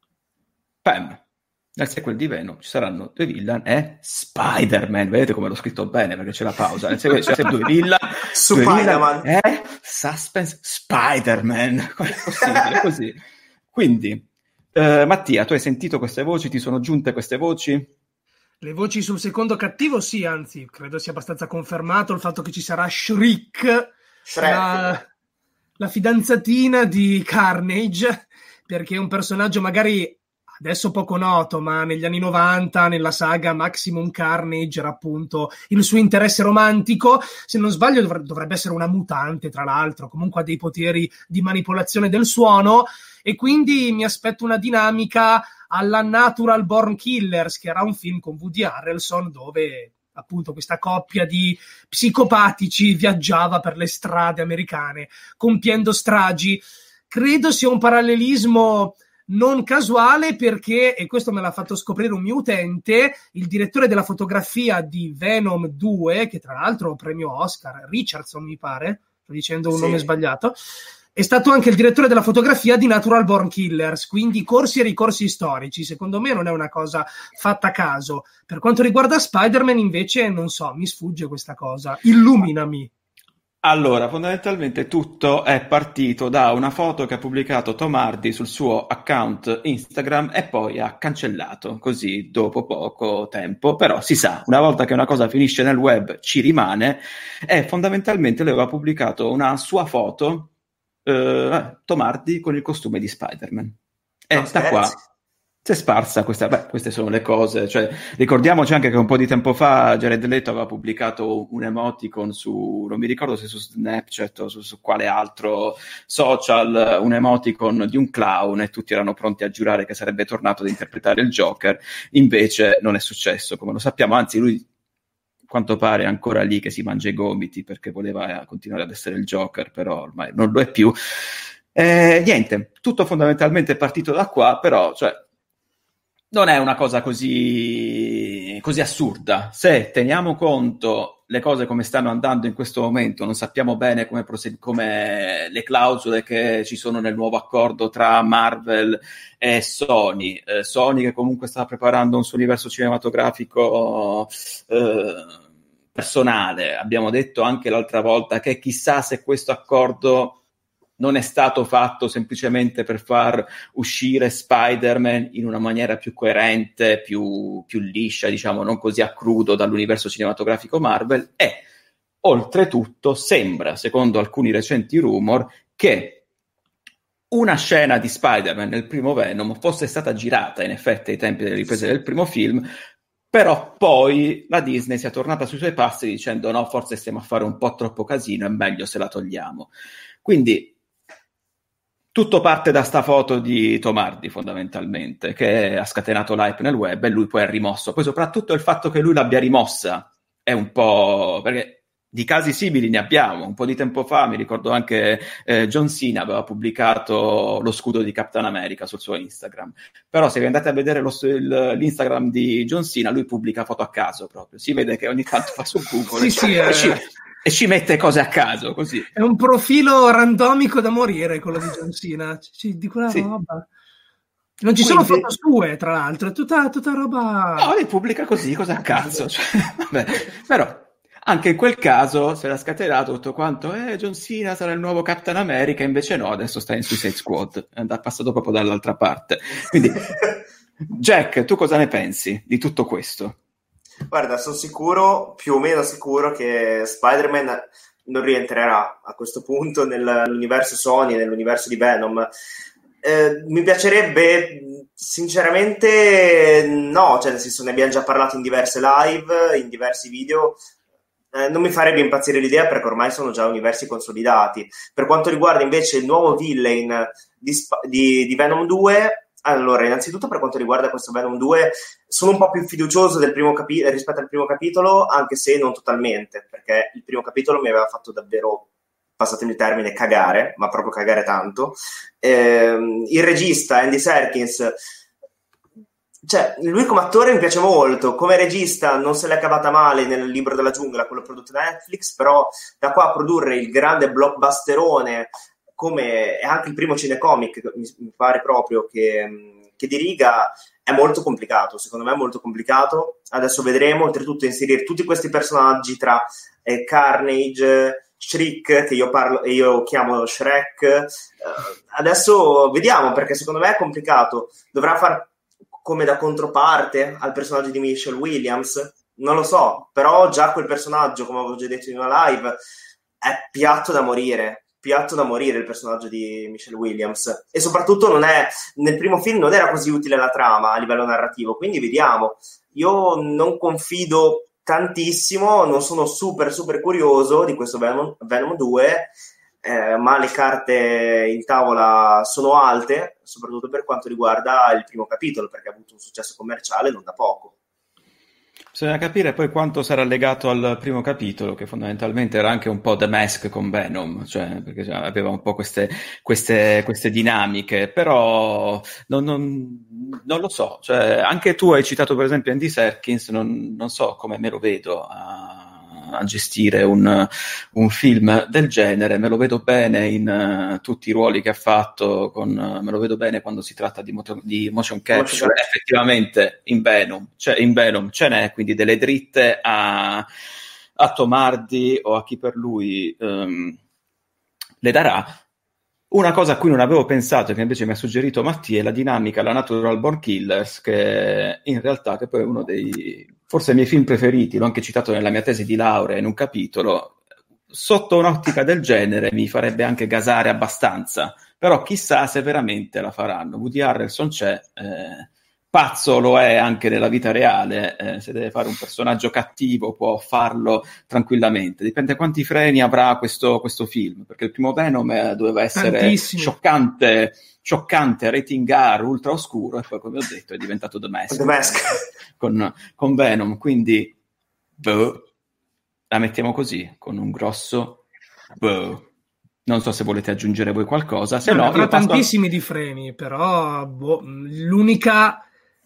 Pam. Nel sequel di Venom ci saranno due villain e Spider-Man. Vedete come l'ho scritto bene perché c'è la pausa. Nel sequel ci saranno due villain, due villain e suspense Spider-Man. È possibile così. Quindi, eh, Mattia, tu hai sentito queste voci? Ti sono giunte queste voci? Le voci sul secondo cattivo sì, anzi, credo sia abbastanza confermato il fatto che ci sarà Shriek, la, la fidanzatina di Carnage, perché è un personaggio magari adesso poco noto, ma negli anni novanta, nella saga Maximum Carnage, era appunto il suo interesse romantico. Se non sbaglio dovre- dovrebbe essere una mutante, tra l'altro, comunque ha dei poteri di manipolazione del suono, e quindi mi aspetto una dinamica alla Natural Born Killers, che era un film con Woody Harrelson dove appunto questa coppia di psicopatici viaggiava per le strade americane compiendo stragi. Credo sia un parallelismo non casuale, perché, e questo me l'ha fatto scoprire un mio utente, il direttore della fotografia di Venom due, che tra l'altro premio Oscar, Richardson mi pare, sto dicendo un sì. nome sbagliato, è stato anche il direttore della fotografia di Natural Born Killers, quindi corsi e ricorsi storici. Secondo me non è una cosa fatta a caso. Per quanto riguarda Spider-Man invece non so, mi sfugge questa cosa, illuminami. Allora, fondamentalmente tutto è partito da una foto che ha pubblicato Tom Hardy sul suo account Instagram e poi ha cancellato, così dopo poco tempo, però si sa, una volta che una cosa finisce nel web ci rimane, e fondamentalmente lui aveva pubblicato una sua foto, eh, Tom Hardy con il costume di Spider-Man. E no, da qua si è sparsa questa, beh, queste sono le cose, cioè ricordiamoci anche che un po' di tempo fa Jared Leto aveva pubblicato un emoticon su, non mi ricordo se su Snapchat o su, su quale altro social, un emoticon di un clown, e tutti erano pronti a giurare che sarebbe tornato ad interpretare il Joker. Invece non è successo, come lo sappiamo, anzi lui a quanto pare è ancora lì che si mangia i gomiti perché voleva continuare ad essere il Joker, però ormai non lo è più. Eh, niente, tutto fondamentalmente è partito da qua, però cioè non è una cosa così, così assurda. Se teniamo conto le cose come stanno andando in questo momento, non sappiamo bene come, prosegu- come le clausole che ci sono nel nuovo accordo tra Marvel e Sony. Eh, Sony che comunque sta preparando un suo universo cinematografico eh, personale. Abbiamo detto anche l'altra volta che chissà se questo accordo non è stato fatto semplicemente per far uscire Spider-Man in una maniera più coerente, più, più liscia, diciamo, non così a crudo dall'universo cinematografico Marvel. E oltretutto sembra, secondo alcuni recenti rumor, che una scena di Spider-Man nel primo Venom fosse stata girata in effetti ai tempi delle riprese del primo film, però poi la Disney sia tornata sui suoi passi dicendo no, forse stiamo a fare un po' troppo casino, è meglio se la togliamo. Quindi tutto parte da sta foto di Tom Hardy fondamentalmente, che ha scatenato l'hype nel web e lui poi ha rimosso. Poi soprattutto il fatto che lui l'abbia rimossa è un po'... perché di casi simili ne abbiamo. Un po' di tempo fa mi ricordo anche eh, John Cena aveva pubblicato lo scudo di Captain America sul suo Instagram. Però se vi andate a vedere lo, il, l'Instagram di John Cena, lui pubblica foto a caso proprio. Si vede che ogni tanto fa su Google sì, e, sì, e, eh. ci, e ci mette cose a caso, così. È un profilo randomico da morire quello di John Cena. Ci dico una sì. roba. Non ci Quindi... sono foto sue, tra l'altro, è tutta, tutta roba... No, li pubblica così, cosa a cazzo. Cioè, vabbè. Però anche in quel caso se l'ha scatenato tutto quanto, eh, John Cena sarà il nuovo Captain America, invece no, adesso sta in Suicide Squad, è passato proprio dall'altra parte. Quindi, Jack, tu cosa ne pensi di tutto questo? Guarda, sono sicuro, più o meno sicuro, che Spider-Man non rientrerà a questo punto nell'universo Sony, nell'universo di Venom. Eh, mi piacerebbe Sinceramente no, cioè nel senso ne abbiamo già parlato in diverse live, in diversi video. Eh, non mi farebbe impazzire l'idea perché ormai sono già universi consolidati. Per quanto riguarda invece il nuovo villain di, di, di Venom due, allora innanzitutto per quanto riguarda questo Venom due sono un po' più fiducioso del primo capi- rispetto al primo capitolo, anche se non totalmente, perché il primo capitolo mi aveva fatto davvero, passatemi il termine, cagare, ma proprio cagare tanto. Eh, il regista Andy Serkis, cioè lui come attore mi piace molto, come regista non se l'è cavata male nel Libro della giungla, quello prodotto da Netflix, però da qua a produrre il grande blockbusterone come è anche il primo cinecomic, mi, mi pare proprio che, che diriga, è molto complicato, secondo me è molto complicato. Adesso vedremo, oltretutto inserire tutti questi personaggi tra eh, Carnage, Shriek, che io parlo e io chiamo Shrek, eh, adesso vediamo, perché secondo me è complicato. Dovrà far come da controparte al personaggio di Michelle Williams, non lo so, però già quel personaggio, come avevo già detto in una live, è piatto da morire, piatto da morire il personaggio di Michelle Williams, e soprattutto non è, nel primo film non era così utile alla trama a livello narrativo, quindi vediamo. Io non confido tantissimo, non sono super super curioso di questo Venom, Venom due, Eh, ma le carte in tavola sono alte, soprattutto per quanto riguarda il primo capitolo, perché ha avuto un successo commerciale non da poco. Bisogna capire poi quanto sarà legato al primo capitolo, che fondamentalmente era anche un po' The Mask con Venom, cioè perché aveva un po' queste, queste, queste dinamiche, però non, non, non lo so, cioè, anche tu hai citato per esempio Andy Serkis, non, non so come me lo vedo a a gestire un, un film del genere. Me lo vedo bene in uh, tutti i ruoli che ha fatto, con, uh, me lo vedo bene quando si tratta di, moto, di motion capture. Motion. Effettivamente in Venom, cioè in Venom ce n'è, quindi delle dritte a, a Tom Hardy o a chi per lui um, le darà. Una cosa a cui non avevo pensato, che invece mi ha suggerito Mattia, è la dinamica alla Natural Born Killers, che in realtà che poi è uno dei forse i miei film preferiti, l'ho anche citato nella mia tesi di laurea in un capitolo. Sotto un'ottica del genere mi farebbe anche gasare abbastanza, però chissà se veramente la faranno. Woody Harrelson c'è, eh, pazzo lo è anche nella vita reale, eh, se deve fare un personaggio cattivo può farlo tranquillamente, dipende quanti freni avrà questo, questo film, perché il primo Venom eh, doveva essere Tantissimo. scioccante scioccante, rating R, ultra oscuro, e poi come ho detto è diventato The Mask, The Mask. con, con Venom, quindi boh, la mettiamo così, con un grosso boh. Non so se volete aggiungere voi qualcosa, se no, no avrà passo... tantissimi di freni, però boh, l'unica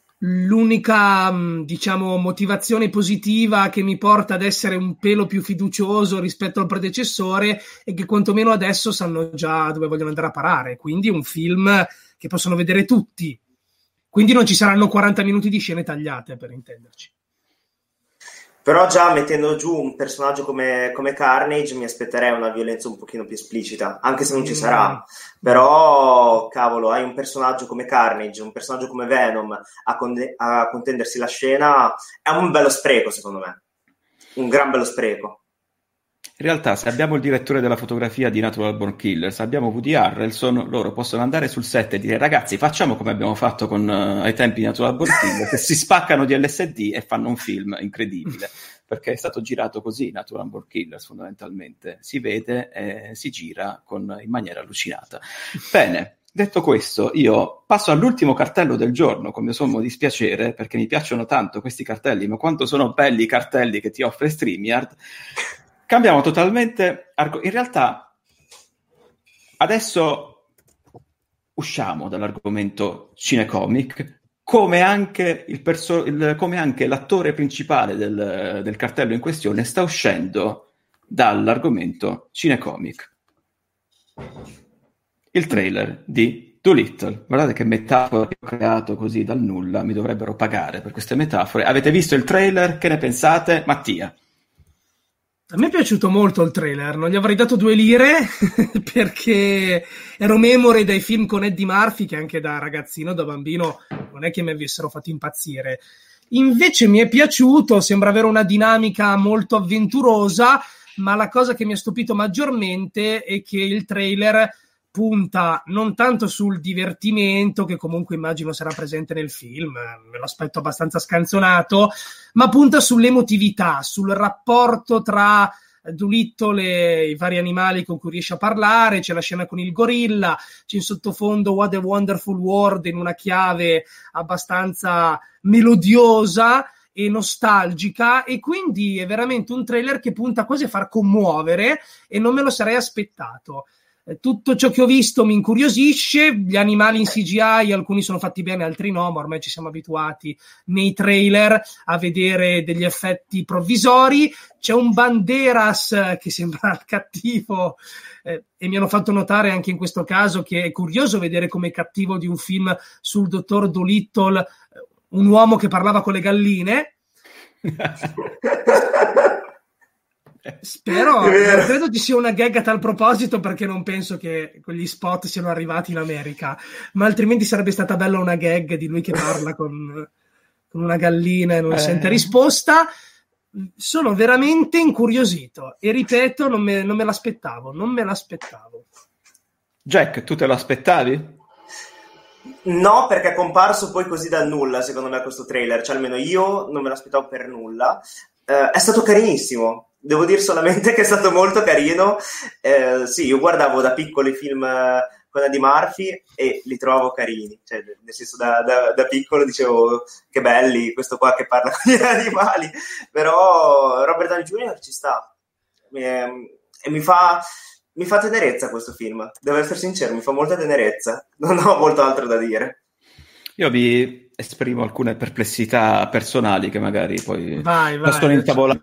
l'unica diciamo motivazione positiva che mi porta ad essere un pelo più fiducioso rispetto al predecessore è che quantomeno adesso sanno già dove vogliono andare a parare, quindi un film che possono vedere tutti, quindi non ci saranno quaranta minuti di scene tagliate, per intenderci. Però già mettendo giù un personaggio come, come Carnage mi aspetterei una violenza un pochino più esplicita, anche se non ci sarà. Però, cavolo, hai un personaggio come Carnage, un personaggio come Venom a, con- a contendersi la scena, è un bello spreco, secondo me. Un gran bello spreco. In realtà, se abbiamo il direttore della fotografia di Natural Born Killers, abbiamo Woody Harrelson, loro possono andare sul set e dire: ragazzi, facciamo come abbiamo fatto con, uh, ai tempi di Natural Born Killers, che si spaccano di L S D e fanno un film incredibile, perché è stato girato così Natural Born Killers, fondamentalmente. Si vede e si gira con, in maniera allucinata. Bene, detto questo, io passo all'ultimo cartello del giorno, con mio sommo dispiacere, perché mi piacciono tanto questi cartelli, ma quanto sono belli i cartelli che ti offre StreamYard. Cambiamo totalmente, in realtà adesso usciamo dall'argomento cinecomic, come anche, il perso- il, come anche l'attore principale del, del cartello in questione sta uscendo dall'argomento cinecomic. Il trailer di Dolittle. Guardate che metafore che ho creato così dal nulla, mi dovrebbero pagare per queste metafore. Avete visto il trailer? Che ne pensate? Mattia? A me è piaciuto molto il trailer, non gli avrei dato due lire perché ero memore dai film con Eddie Murphy che anche da ragazzino, da bambino, non è che mi avessero fatto impazzire. Invece mi è piaciuto, sembra avere una dinamica molto avventurosa, ma la cosa che mi ha stupito maggiormente è che il trailer punta non tanto sul divertimento, che comunque immagino sarà presente nel film, me lo aspetto abbastanza scanzonato, ma punta sull'emotività, sul rapporto tra Doolittle e i vari animali con cui riesce a parlare. C'è la scena con il gorilla, c'è in sottofondo What a Wonderful World in una chiave abbastanza melodiosa e nostalgica, e quindi è veramente un trailer che punta quasi a far commuovere, e non me lo sarei aspettato. Tutto ciò che ho visto mi incuriosisce. Gli animali in C G I, alcuni sono fatti bene, altri no, ma ormai ci siamo abituati nei trailer a vedere degli effetti provvisori. C'è un Banderas che sembra cattivo, eh, e mi hanno fatto notare anche in questo caso che è curioso vedere come cattivo di un film sul dottor Doolittle un uomo che parlava con le galline. Spero, non credo ci sia una gag a tal proposito, perché non penso che quegli spot siano arrivati in America, ma altrimenti sarebbe stata bella una gag di lui che parla con, con una gallina e non eh. sente risposta. Sono veramente incuriosito e ripeto, non me, non me l'aspettavo, non me l'aspettavo. Jack, tu te lo aspettavi? No, perché è comparso poi così dal nulla, secondo me, questo trailer, cioè almeno io non me l'aspettavo per nulla. Eh, è stato carinissimo. Devo dire solamente che è stato molto carino. Eh, sì, io guardavo da piccoli film eh, con Eddie Murphy e li trovavo carini. Cioè, nel senso, da, da, da piccolo dicevo che belli, questo qua che parla con gli animali. Però Robert Downey junior ci sta. E, e mi fa, mi fa tenerezza questo film. Devo essere sincero, mi fa molta tenerezza. Non ho molto altro da dire. Io vi esprimo alcune perplessità personali che magari poi vai, vai, possono intavolare.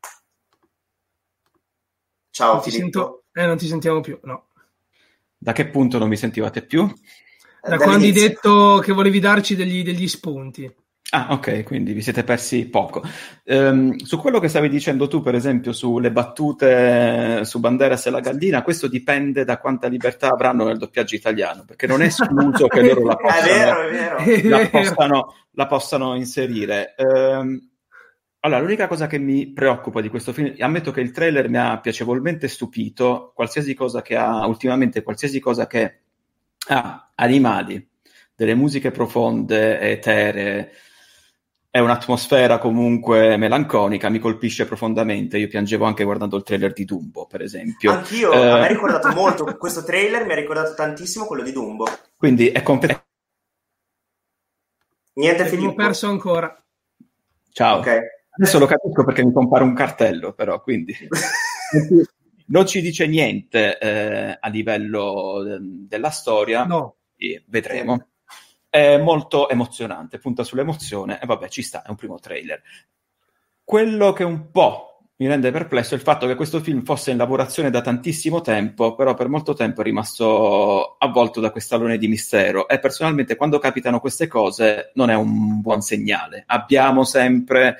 Ciao, non ti, sento, eh, non ti sentiamo più, no. Da che punto non mi sentivate più? Da quando hai detto che volevi darci degli, degli spunti. Ah, ok, quindi vi siete persi poco. Um, su quello che stavi dicendo tu, per esempio, sulle battute su Banderas e la gallina, questo dipende da quanta libertà avranno nel doppiaggio italiano, perché non è escluso che loro la possano, è vero, è vero. La possano, la possano inserire. Um, Allora, l'unica cosa che mi preoccupa di questo film, ammetto che il trailer mi ha piacevolmente stupito, qualsiasi cosa che ha, ultimamente, qualsiasi cosa che ha animali, delle musiche profonde, eteree, è un'atmosfera comunque melanconica, mi colpisce profondamente. Io piangevo anche guardando il trailer di Dumbo, per esempio. Anch'io, eh, mi ha ricordato molto, questo trailer mi ha ricordato tantissimo quello di Dumbo. Quindi è completamente... Niente, Filippo. L'ho perso ancora. Ciao. Ok. Adesso lo capisco perché mi compare un cartello, però, quindi non ci dice niente eh, a livello de- della storia. No. E vedremo. È molto emozionante, punta sull'emozione e vabbè, ci sta, è un primo trailer. Quello che un po' mi rende perplesso è il fatto che questo film fosse in lavorazione da tantissimo tempo, però per molto tempo è rimasto avvolto da quest'alone di mistero, e personalmente quando capitano queste cose non è un buon segnale. Abbiamo sempre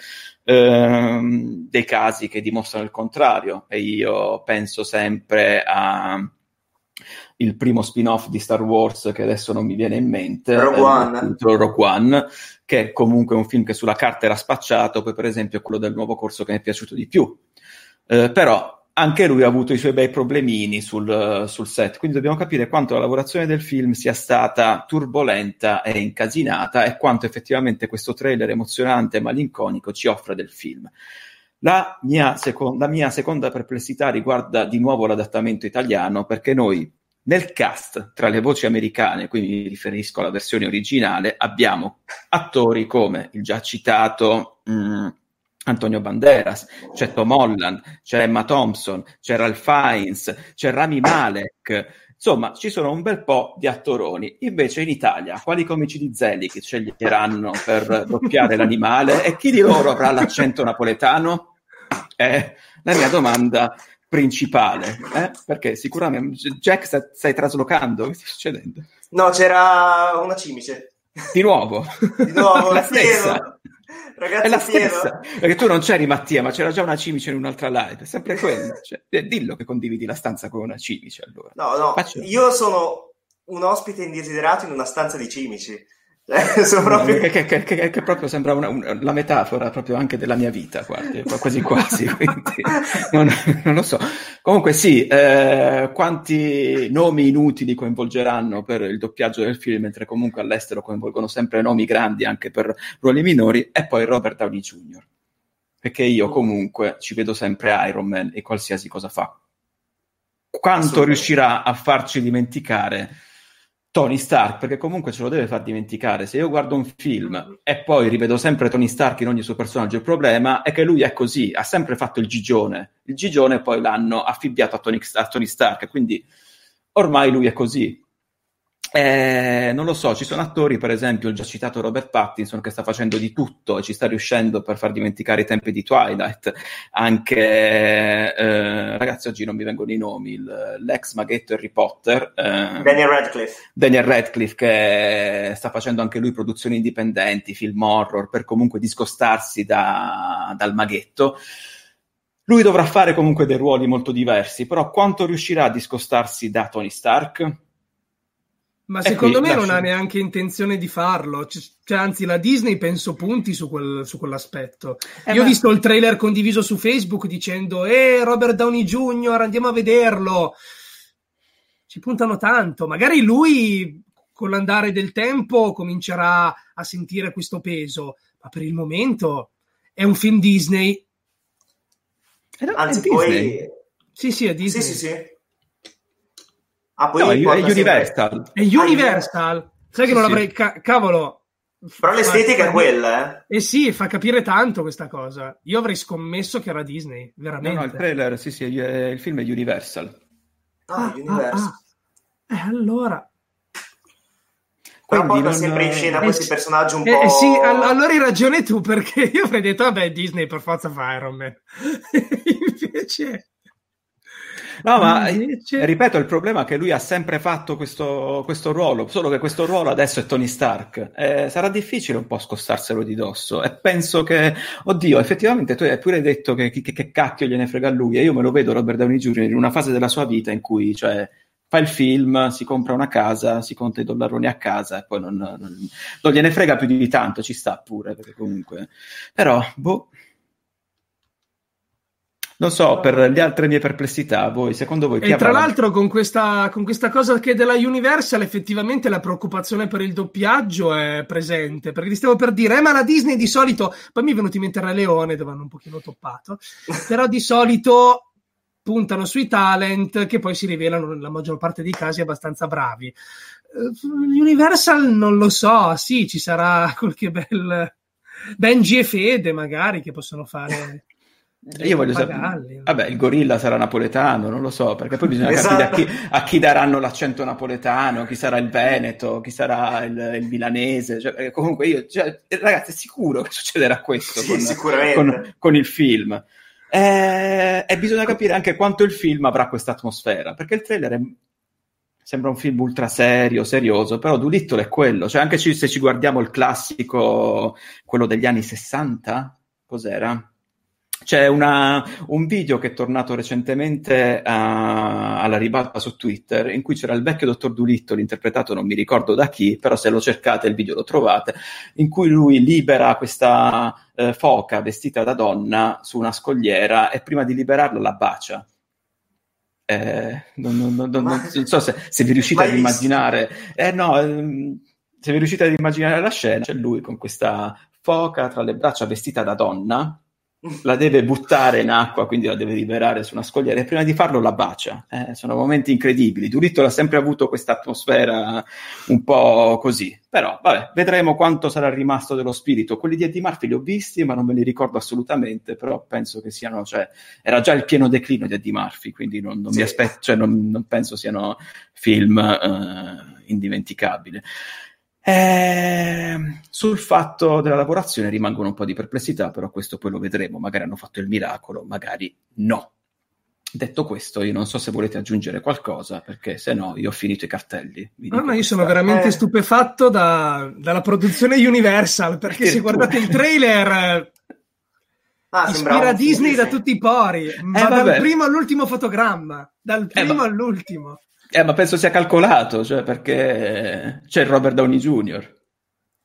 ehm, dei casi che dimostrano il contrario, e io penso sempre a il primo spin-off di Star Wars che adesso non mi viene in mente, Rogue One, eh, Rogue One, che è comunque un film che sulla carta era spacciato, poi per esempio quello del Nuovo Corso che mi è piaciuto di più, eh, però anche lui ha avuto i suoi bei problemini sul, sul set, quindi dobbiamo capire quanto la lavorazione del film sia stata turbolenta e incasinata e quanto effettivamente questo trailer emozionante e malinconico ci offre del film. La mia, seco- la mia seconda perplessità riguarda di nuovo l'adattamento italiano, perché noi nel cast, tra le voci americane, quindi mi riferisco alla versione originale, abbiamo attori come il già citato mh, Antonio Banderas, c'è Tom Holland, c'è Emma Thompson, c'è Ralph Fiennes, c'è Rami Malek, insomma ci sono un bel po' di attoroni. Invece in Italia quali comici di Zeli che sceglieranno per doppiare l'animale, e chi di loro avrà l'accento napoletano? È la mia domanda principale, eh? Perché sicuramente Jack sta, stai traslocando, che sta succedendo? No, c'era una cimice di nuovo, di nuovo la pieno. Stessa. Ragazzi, è la pieno. stessa, perché tu non c'eri Mattia, ma c'era già una cimice in un'altra live, è sempre quello, cioè, dillo che condividi la stanza con una cimice, allora. No, no, Faccio... io sono un ospite indesiderato in una stanza di cimici, Sono proprio... che, che, che, che proprio sembra una, una, la metafora proprio anche della mia vita, guardi, quasi quasi, quindi non, non lo so. Comunque sì, eh, quanti nomi inutili coinvolgeranno per il doppiaggio del film, mentre comunque all'estero coinvolgono sempre nomi grandi anche per ruoli minori, e poi Robert Downey junior Perché io comunque ci vedo sempre Iron Man e qualsiasi cosa fa. Quanto riuscirà a farci dimenticare Tony Stark, perché comunque ce lo deve far dimenticare. Se io guardo un film e poi rivedo sempre Tony Stark in ogni suo personaggio, il problema è che lui è così, ha sempre fatto il gigione. Il gigione poi l'hanno affibbiato a Tony, a Tony Stark, quindi ormai lui è così. Eh, non lo so, ci sono attori, per esempio il già citato Robert Pattinson, che sta facendo di tutto e ci sta riuscendo per far dimenticare i tempi di Twilight. Anche eh, ragazzi, oggi non mi vengono i nomi, il, l'ex maghetto Harry Potter, eh, Daniel Radcliffe Daniel Radcliffe, che sta facendo anche lui produzioni indipendenti, film horror, per comunque discostarsi da, dal maghetto. Lui dovrà fare comunque dei ruoli molto diversi, però quanto riuscirà a discostarsi da Tony Stark? Ma secondo qui me lascio... non ha neanche intenzione di farlo, cioè, anzi la Disney penso punti su, quel, su quell'aspetto. Eh, Io ma... ho visto il trailer condiviso su Facebook dicendo eh Robert Downey junior, andiamo a vederlo. Ci puntano tanto, magari lui con l'andare del tempo comincerà a sentire questo peso, ma per il momento è un film Disney. Eh no, anzi è poi Disney. Sì sì è Disney. sì sì sì Ah, poi no, è Universal. Sempre... È Universal. Ah, sai che sì, non sì. l'avrei... Ca- cavolo. Però l'estetica fa... è quella, eh? Eh sì, fa capire tanto questa cosa. Io avrei scommesso che era Disney, veramente. No, no, il trailer, sì, sì, il film è Universal. Ah, ah Universal. Ah, ah. Eh, allora... Però porta non... sempre in scena eh, questi personaggi un eh, po'... Eh sì, all- allora hai ragione tu, perché io avrei detto, vabbè, Disney per forza fa Iron Man. Invece... No, ma Invece... ripeto, il problema è che lui ha sempre fatto questo, questo ruolo, solo che questo ruolo adesso è Tony Stark. Eh, sarà difficile un po' scostarselo di dosso, e penso che, oddio, effettivamente tu hai pure detto che, che, che cacchio gliene frega a lui, e io me lo vedo Robert Downey junior in una fase della sua vita in cui, cioè, fa il film, si compra una casa, si conta i dollaroni a casa e poi non, non, non gliene frega più di tanto, ci sta pure, perché comunque... Però, boh... Non so, per le altre mie perplessità, voi, secondo voi... Chi e tra avrà... l'altro con questa, con questa cosa che è della Universal, effettivamente la preoccupazione per il doppiaggio è presente, perché ti stavo per dire, eh, ma la Disney di solito... Poi mi è venuto in mente Re Leone, dove hanno un pochino toppato, però di solito puntano sui talent che poi si rivelano nella maggior parte dei casi abbastanza bravi. Universal non lo so, sì, ci sarà qualche bel... Benji e Fede magari che possono fare... Io voglio sapere, vabbè, il gorilla sarà napoletano, non lo so, perché poi bisogna esatto. capire a chi, a chi daranno l'accento napoletano, chi sarà il veneto, chi sarà il, il milanese, cioè, comunque io, cioè, ragazzi, è sicuro che succederà questo sì, con, sicuramente. Con, con il film. E, e bisogna capire anche quanto il film avrà questa atmosfera, perché il trailer è, sembra un film ultra serio, serioso, però Dolittle è quello, cioè anche se ci guardiamo il classico, quello degli anni sessanta, cos'era? C'è una, un video che è tornato recentemente a, alla ribalta su Twitter, in cui c'era il vecchio dottor Dolittle, interpretato non mi ricordo da chi, però se lo cercate il video lo trovate, in cui lui libera questa eh, foca vestita da donna su una scogliera e prima di liberarla la bacia. Eh, non, non, non, non, non so se, se vi riuscite ad immaginare, eh no, ehm, se vi riuscite ad immaginare la scena, c'è lui con questa foca tra le braccia vestita da donna, la deve buttare in acqua, quindi la deve liberare su una scogliera, e prima di farlo la bacia. Eh, sono momenti incredibili. Dolittle ha sempre avuto questa atmosfera un po' così, però vabbè, vedremo quanto sarà rimasto dello spirito. Quelli di Eddie Murphy li ho visti, ma non me li ricordo assolutamente, però penso che siano, cioè, era già il pieno declino di Eddie Murphy, quindi non, non sì. mi aspetto, cioè non, non penso siano film eh, indimenticabili. Eh, sul fatto della lavorazione rimangono un po' di perplessità, però questo poi lo vedremo, magari hanno fatto il miracolo, magari no. Detto questo, io non so se volete aggiungere qualcosa, perché se no io ho finito i cartelli. No, no, io sono veramente eh. stupefatto da, dalla produzione Universal, perché se guardate il trailer ah, ispira Disney da tutti i pori, ma eh, dal primo all'ultimo fotogramma, dal primo eh, ma... all'ultimo. Eh, ma penso sia calcolato, cioè perché c'è il Robert Downey junior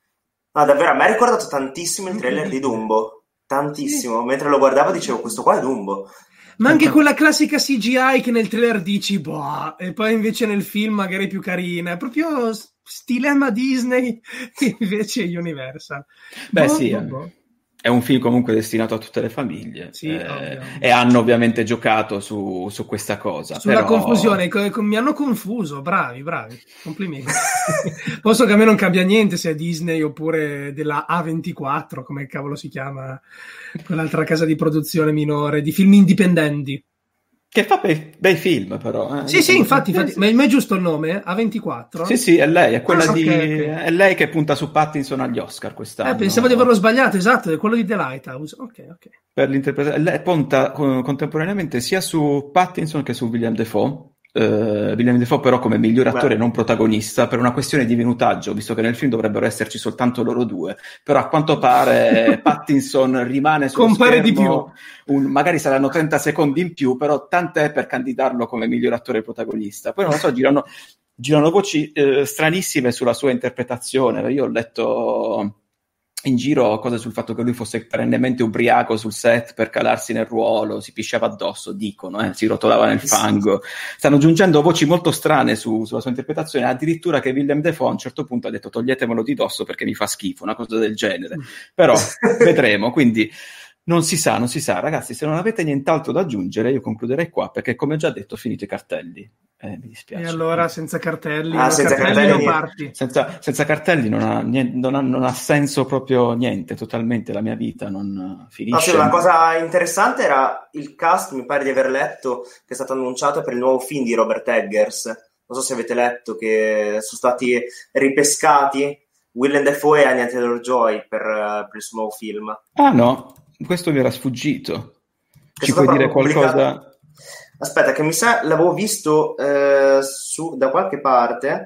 No, davvero, a me ha ricordato tantissimo il trailer di Dumbo, tantissimo, sì. Mentre lo guardavo dicevo, questo qua è Dumbo. Ma anche quella classica C G I che nel trailer dici, boh, e poi invece nel film magari è più carina, è proprio stilema Disney, invece Universal. Beh boh, sì, boh, boh. È un film comunque destinato a tutte le famiglie, sì, eh, e hanno ovviamente giocato su, su questa cosa. Sulla però... confusione, co- co- mi hanno confuso, bravi, bravi, complimenti. Posso che a me non cambia niente se è Disney oppure della A ventiquattro, come cavolo si chiama, quell'altra casa di produzione minore, di film indipendenti. Che fa bei, bei film, però. Eh? Sì, sì, infatti, infatti. Ma è giusto il nome? A ventiquattro? Sì, sì, è lei, è quella ah, di... okay, okay. È lei che punta su Pattinson agli Oscar quest'anno. Eh, pensavo di averlo sbagliato, esatto, è quello di The Lighthouse. Ok, ok. Per l'interpretazione... Lei punta contemporaneamente sia su Pattinson che su William Dafoe. Uh, William Dafoe però come miglior attore, Beh. non protagonista, per una questione di minutaggio, visto che nel film dovrebbero esserci soltanto loro due, però a quanto pare Pattinson rimane sullo compare schermo, di più, un, magari saranno trenta secondi in più, però tant'è per candidarlo come miglior attore protagonista. Poi non lo so, girano, girano voci eh, stranissime sulla sua interpretazione. Io ho letto in giro cose sul fatto che lui fosse perennemente ubriaco sul set per calarsi nel ruolo, si pisciava addosso, dicono, eh, si rotolava nel fango. Stanno giungendo voci molto strane su, sulla sua interpretazione, addirittura che Willem Dafoe a un certo punto ha detto toglietemelo di dosso perché mi fa schifo, una cosa del genere. Però vedremo, quindi non si sa, non si sa. Ragazzi, se non avete nient'altro da aggiungere, io concluderei qua, perché come ho già detto, finito i cartelli. Eh, mi dispiace. E allora senza cartelli, ah, senza cartelli, cartelli non parti. Senza, senza cartelli non ha, niente, non, ha, non ha senso proprio niente, totalmente la mia vita non finisce. No, sì, una cosa interessante era il cast, mi pare di aver letto, che è stato annunciato per il nuovo film di Robert Eggers. Non so se avete letto che sono stati ripescati Willem Dafoe e Anya Taylor-Joy per, per il suo nuovo film. Ah no, questo mi era sfuggito. Che Ci puoi dire qualcosa? Pubblicato... Aspetta, che mi sa, l'avevo visto eh, su, da qualche parte.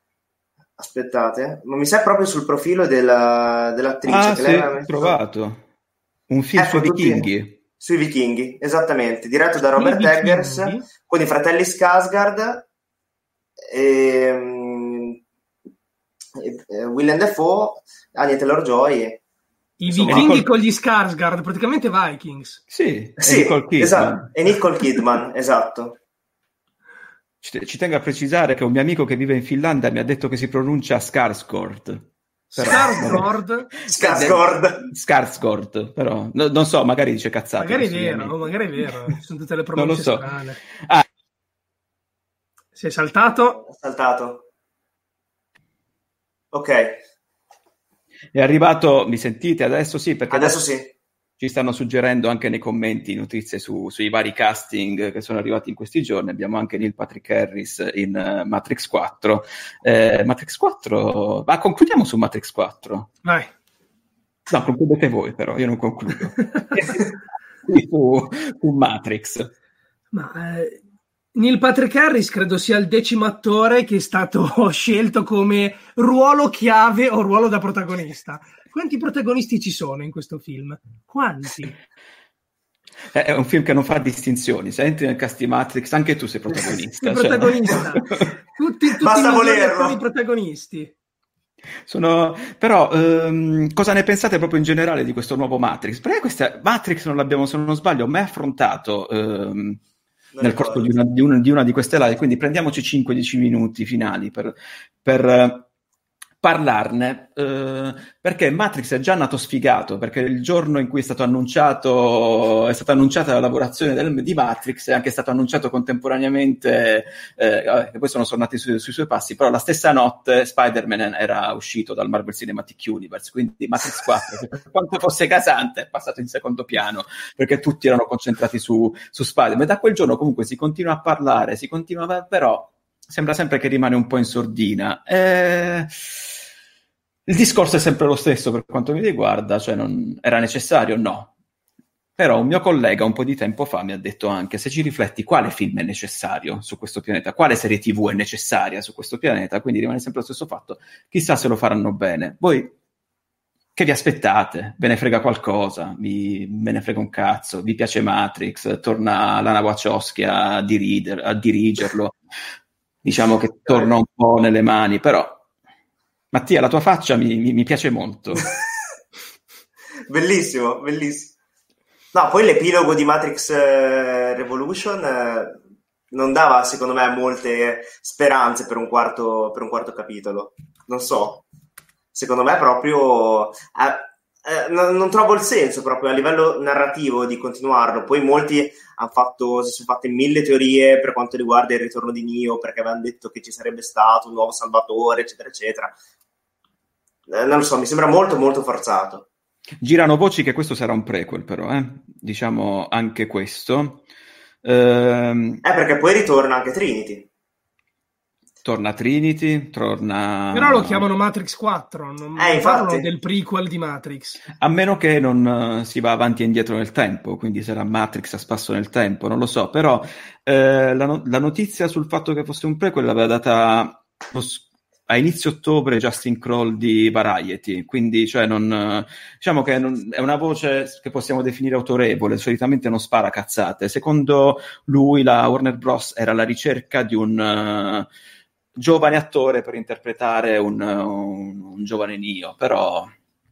Aspettate, ma mi sa proprio sul profilo della, dell'attrice. Ah, che sì, lei aveva ho messo... trovato. Un film ecco, sui vichinghi. Sui vichinghi, esattamente. Diretto da Robert Eggers, con i fratelli Skarsgård e, e, e Willem Dafoe, Anya Taylor-Joy. I vichinghi Nicole... con gli Skarsgård, praticamente Vikings. Sì, sì, e Nicole Kidman. Esatto, e Nicole Kidman, esatto. Ci, ci tengo a precisare che un mio amico che vive in Finlandia mi ha detto che si pronuncia Skarsgård. Skarsgård? Skarsgård. Skarsgård, però no, non so, magari dice cazzate. Magari è vero, magari è vero. Sono tutte le pronunce non lo so. strane. Ah. Si è saltato? Saltato. Ok. È arrivato, mi sentite adesso? Sì, perché adesso, adesso sì. Ci stanno suggerendo anche nei commenti notizie su, sui vari casting che sono arrivati in questi giorni. Abbiamo anche Neil Patrick Harris in uh, Matrix quattro. Eh, Matrix quattro, ma concludiamo su Matrix quattro. Vai. No, concludete voi però, io non concludo. su, su Matrix. Ma... Eh... Neil Patrick Harris credo sia il decimo attore che è stato scelto come ruolo chiave o ruolo da protagonista. Quanti protagonisti ci sono in questo film? Quanti? È un film che non fa distinzioni. Se entri nel cast di Matrix, anche tu sei protagonista. Sei cioè... protagonista. Tutti, tutti Basta i volerlo. protagonisti. Sono... Però um, cosa ne pensate proprio in generale di questo nuovo Matrix? Perché questa Matrix non l'abbiamo, se non sbaglio, mai affrontato... Um... nel corso di una, di, una, di una di queste live, quindi prendiamoci cinque dieci minuti finali per, per parlarne, eh, perché Matrix è già nato sfigato, perché il giorno in cui è stato annunciato è stata annunciata la lavorazione del, di Matrix, è anche stato annunciato contemporaneamente, eh, che poi sono tornati su, sui suoi passi, però la stessa notte Spider-Man era uscito dal Marvel Cinematic Universe, quindi Matrix quattro, che per quanto fosse casante, è passato in secondo piano, perché tutti erano concentrati su, su Spider-Man. E da quel giorno comunque si continua a parlare, si continua, però sembra sempre che rimane un po' in sordina. Eh... Il discorso è sempre lo stesso per quanto mi riguarda, cioè non era necessario? No. Però un mio collega un po' di tempo fa mi ha detto anche, se ci rifletti, quale film è necessario su questo pianeta? Quale serie tivù è necessaria su questo pianeta? Quindi rimane sempre lo stesso fatto. Chissà se lo faranno bene. Voi che vi aspettate? Ve ne frega qualcosa? Vi, ve ne frega un cazzo? Vi piace Matrix? Torna Lana Wachowski a, dirider, a dirigerlo? Diciamo che torna un po' nelle mani, però Mattia, la tua faccia mi, mi, mi piace molto. Bellissimo, bellissimo. No, poi l'epilogo di Matrix eh, Revolution eh, non dava, secondo me, molte speranze per un quarto, per un quarto capitolo. Non so. Secondo me proprio... Eh, eh, non, non trovo il senso proprio a livello narrativo di continuarlo. Poi molti hanno fatto, si sono fatte mille teorie per quanto riguarda il ritorno di Neo, perché avevano detto che ci sarebbe stato un nuovo Salvatore, eccetera, eccetera. Eh, non lo so, mi sembra molto, molto forzato. Girano voci che questo sarà un prequel, però, eh? Diciamo anche questo. Ehm... Eh, perché poi ritorna anche Trinity. Torna Trinity, torna... Però lo chiamano Matrix quattro, non eh, parlano del prequel di Matrix. A meno che non uh, si va avanti e indietro nel tempo, quindi sarà Matrix a spasso nel tempo, non lo so. Però eh, la, no- la notizia sul fatto che fosse un prequel l'aveva data lo s- a inizio ottobre Justin Kroll di Variety, quindi cioè non, diciamo che non, è una voce che possiamo definire autorevole, solitamente non spara cazzate. Secondo lui la Warner Bros. Era alla ricerca di un uh, giovane attore per interpretare un, un, un giovane Neo, però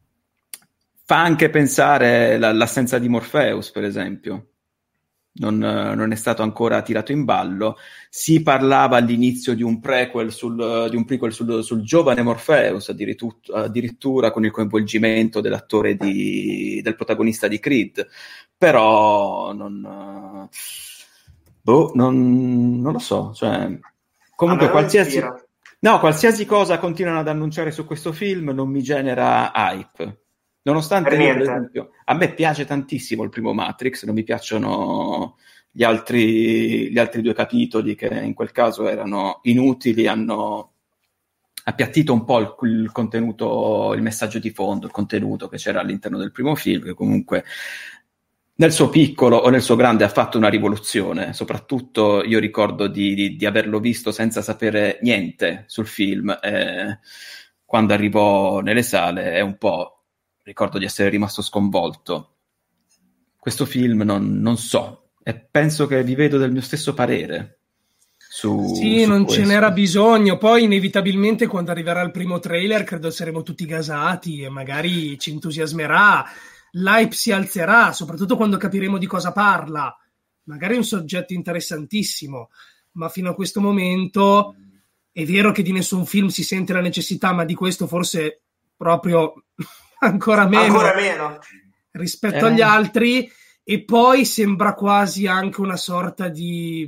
fa anche pensare la, l'assenza di Morpheus, per esempio. Non, non è stato ancora tirato in ballo. Si parlava all'inizio di un prequel sul, di un prequel sul, sul giovane Morpheus, addirittura, addirittura con il coinvolgimento dell'attore di, del protagonista di Creed, però non, boh, non, non lo so, cioè, comunque qualsiasi, no, qualsiasi cosa continuano ad annunciare su questo film non mi genera hype. Nonostante, per, io, per esempio, a me piace tantissimo il primo Matrix, non mi piacciono gli altri, gli altri due capitoli che in quel caso erano inutili, hanno appiattito un po' il, il contenuto, il messaggio di fondo, il contenuto che c'era all'interno del primo film, che comunque nel suo piccolo o nel suo grande ha fatto una rivoluzione. Soprattutto io ricordo di, di, di averlo visto senza sapere niente sul film, e quando arrivò nelle sale è un po'... ricordo di essere rimasto sconvolto. Questo film non, non so, e penso che vi vedo del mio stesso parere su, sì, su non questo. Ce n'era bisogno. Poi inevitabilmente quando arriverà il primo trailer credo saremo tutti gasati e magari ci entusiasmerà, l'hype si alzerà, soprattutto quando capiremo di cosa parla. Magari è un soggetto interessantissimo, ma fino a questo momento è vero che di nessun film si sente la necessità, ma di questo forse proprio ancora meno, ancora meno. rispetto eh. agli altri. E poi sembra quasi anche una sorta di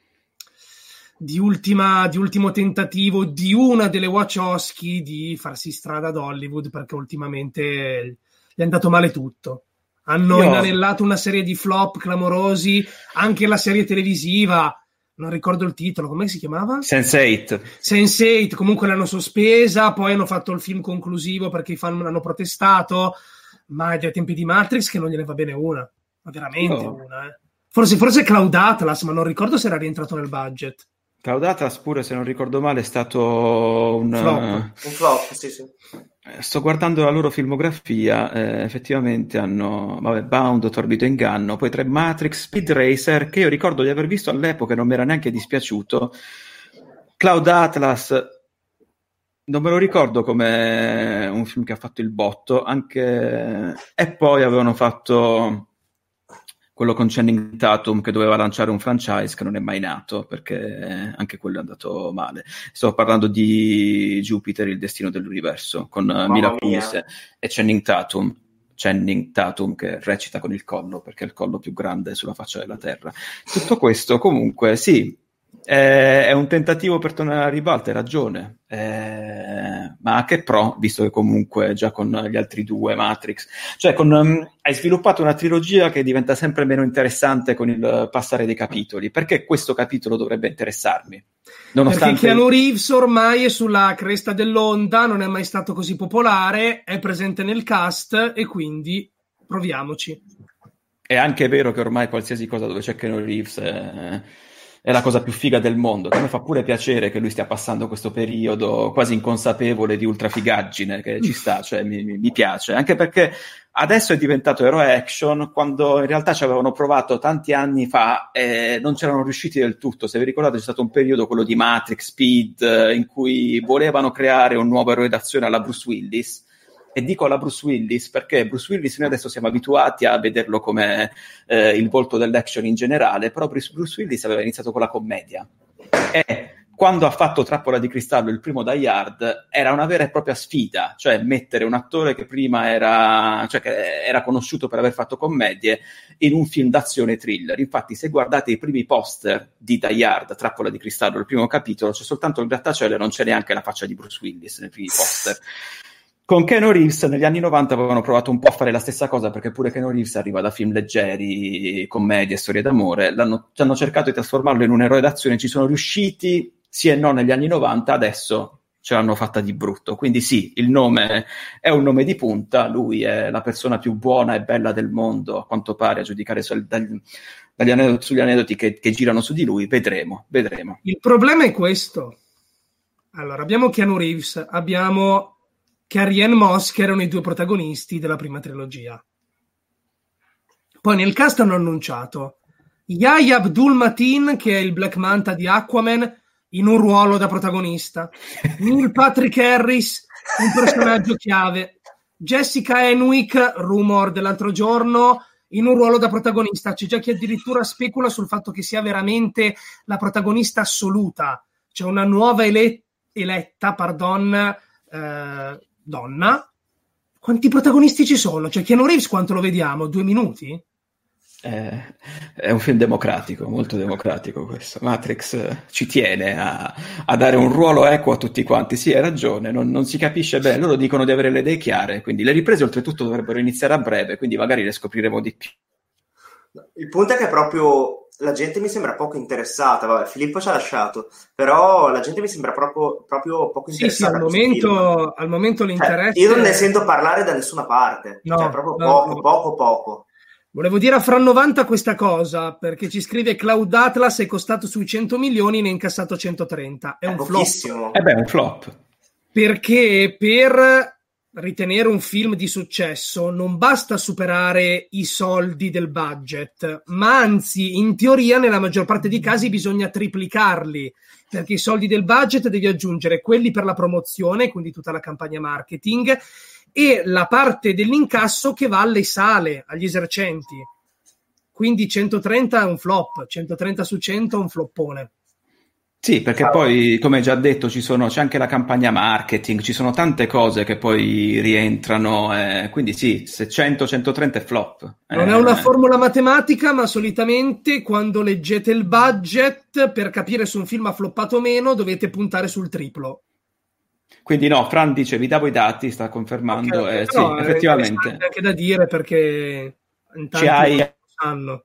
di ultima di ultimo tentativo di una delle Wachowski di farsi strada ad Hollywood, perché ultimamente gli è andato male tutto. Hanno Io... inanellato una serie di flop clamorosi, anche la serie televisiva, non ricordo il titolo, come si chiamava? sense eight sense eight, comunque l'hanno sospesa, poi hanno fatto il film conclusivo perché i fan hanno protestato, ma è dai tempi di Matrix che non gliene va bene una, ma veramente no. una, eh. Forse, forse Cloud Atlas, ma non ricordo se era rientrato nel budget. Cloud Atlas pure, se non ricordo male, è stato un flop, un flop, sì sì. Sto guardando la loro filmografia, eh, effettivamente hanno vabbè, Bound, Torbito Inganno, poi tre Matrix, Speed Racer, che io ricordo di aver visto all'epoca e non mi era neanche dispiaciuto. Cloud Atlas non me lo ricordo come un film che ha fatto il botto, anche... e poi avevano fatto quello con Channing Tatum che doveva lanciare un franchise che non è mai nato, perché anche quello è andato male. Sto parlando di Jupiter, il destino dell'universo, con Mamma Mila mia. Kunis e Channing Tatum. Channing Tatum che recita con il collo, perché è il collo più grande sulla faccia della Terra. Tutto questo comunque sì, è, è un tentativo per tornare alla ribalta, hai ragione, eh, ma a che pro, visto che comunque già con gli altri due Matrix, cioè con, um, hai sviluppato una trilogia che diventa sempre meno interessante con il passare dei capitoli. Perché questo capitolo dovrebbe interessarmi? Nonostante... Perché Keanu Reeves ormai è sulla cresta dell'onda, non è mai stato così popolare, è presente nel cast e quindi proviamoci. È anche vero che ormai qualsiasi cosa dove c'è Keanu Reeves è, è la cosa più figa del mondo, che a me fa pure piacere che lui stia passando questo periodo quasi inconsapevole di ultrafigaggine, che ci sta, cioè mi, mi piace, anche perché Adesso è diventato eroe action, quando in realtà ci avevano provato tanti anni fa e non c'erano riusciti del tutto. Se vi ricordate, c'è stato un periodo, quello di Matrix, Speed, in cui volevano creare un nuovo eroe d'azione alla Bruce Willis. E dico alla Bruce Willis perché Bruce Willis noi adesso siamo abituati a vederlo come eh, il volto dell'action in generale, però Bruce, Bruce Willis aveva iniziato con la commedia. E quando ha fatto Trappola di Cristallo, il primo Die Hard, era una vera e propria sfida, cioè mettere un attore che prima era, cioè che era conosciuto per aver fatto commedie in un film d'azione thriller. Infatti, se guardate i primi poster di Die Hard, Trappola di Cristallo, il primo capitolo, c'è soltanto il grattacielo e non c'è neanche la faccia di Bruce Willis nei primi poster. Con Keanu Reeves negli anni novanta avevano provato un po' a fare la stessa cosa, perché pure Keanu Reeves arriva da film leggeri, commedie, storie d'amore. L'hanno, hanno cercato di trasformarlo in un eroe d'azione, ci sono riusciti, sì e no, negli anni novanta, adesso ce l'hanno fatta di brutto. Quindi sì, il nome è un nome di punta, lui è la persona più buona e bella del mondo, a quanto pare, a giudicare su, dagli, dagli aneddoti, sugli aneddoti che, che girano su di lui. Vedremo, vedremo. Il problema è questo. Allora, abbiamo Keanu Reeves, abbiamo Carrie-Anne Moss, che erano i due protagonisti della prima trilogia. Poi nel cast hanno annunciato Yahya Abdul-Mateen, che è il Black Manta di Aquaman, in un ruolo da protagonista. Neil Patrick Harris, un personaggio chiave. Jessica Henwick, rumor dell'altro giorno, in un ruolo da protagonista. C'è già chi addirittura specula sul fatto che sia veramente la protagonista assoluta. C'è una nuova ele- eletta, pardon, eh, donna. Quanti protagonisti ci sono? Cioè, Keanu Reeves quanto lo vediamo? Due minuti? Eh, è un film democratico, molto democratico questo. Matrix eh, ci tiene a, a dare un ruolo equo a tutti quanti. Sì, hai ragione, non, non si capisce bene. Loro dicono di avere le idee chiare, quindi le riprese oltretutto dovrebbero iniziare a breve, quindi magari le scopriremo di più. Il punto è che proprio la gente mi sembra poco interessata. Vabbè, Filippo ci ha lasciato, però la gente mi sembra proprio, proprio poco interessata. Sì, sì, al momento, al momento l'interesse... Cioè, io non ne sento parlare da nessuna parte, no, cioè proprio no, poco, no. poco, poco. Volevo dire a Fran novanta questa cosa, perché ci scrive Cloud Atlas è costato sui cento milioni, ne ha incassato centotrenta. È, è un pochissimo. flop. Eh beh, è un flop. Perché per ritenere un film di successo non basta superare i soldi del budget, ma anzi, in teoria, nella maggior parte dei casi bisogna triplicarli, perché i soldi del budget devi aggiungere quelli per la promozione, quindi tutta la campagna marketing, e la parte dell'incasso che va alle sale, agli esercenti. Quindi centotrenta è un flop, centotrenta su cento è un floppone. Sì, perché poi, come già detto, ci sono, c'è anche la campagna marketing, ci sono tante cose che poi rientrano, eh, quindi sì, se cento centotrenta è flop. Non eh, è una formula matematica, ma solitamente quando leggete il budget, per capire se un film ha floppato o meno, dovete puntare sul triplo. Quindi no, Fran dice, vi davo i dati, sta confermando, okay, eh, sì, no, effettivamente. È anche da dire, perché in tanti ci hai... lo sanno.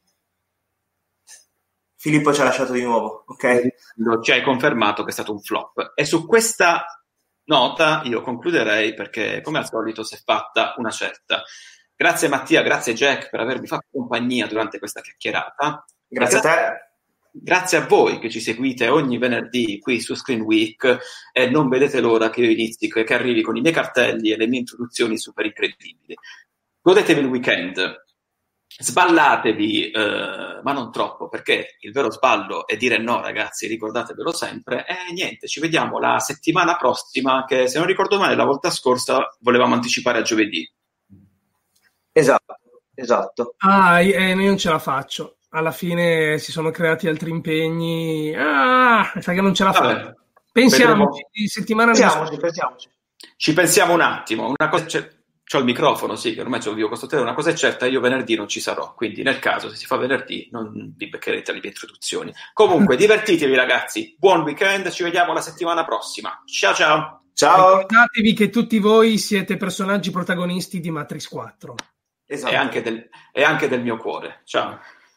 Filippo ci ha lasciato di nuovo, ok? Ci hai confermato che è stato un flop. E su questa nota io concluderei, perché come al solito si è fatta una certa. Grazie Mattia, grazie Jack per avermi fatto compagnia durante questa chiacchierata. Grazie a te. Grazie a voi che ci seguite ogni venerdì qui su Screen Week e non vedete l'ora che io inizi, che arrivi con i miei cartelli e le mie introduzioni super incredibili. Godetevi il weekend, sballatevi, eh, ma non troppo, perché il vero sballo è dire no, ragazzi, ricordatevelo sempre. E niente, ci vediamo la settimana prossima, che se non ricordo male la volta scorsa volevamo anticipare a giovedì. Esatto, esatto. Ah, eh, non ce la faccio. Alla fine si sono creati altri impegni. Ah, sai che non ce la faccio. Pensiamoci, di settimana pensiamoci, pensiamoci. Ci pensiamo un attimo. Una cosa c'è, c'ho il microfono, sì, che ormai c'ho vivo questo telefono. Una cosa è certa, io venerdì non ci sarò, quindi nel caso se si fa venerdì non vi beccherete le mie introduzioni. Comunque, divertitevi ragazzi, buon weekend, ci vediamo la settimana prossima. Ciao ciao. Ciao. Ricordatevi che tutti voi siete personaggi protagonisti di Matrix quattro. Esatto. E anche del, e anche del mio cuore. Ciao.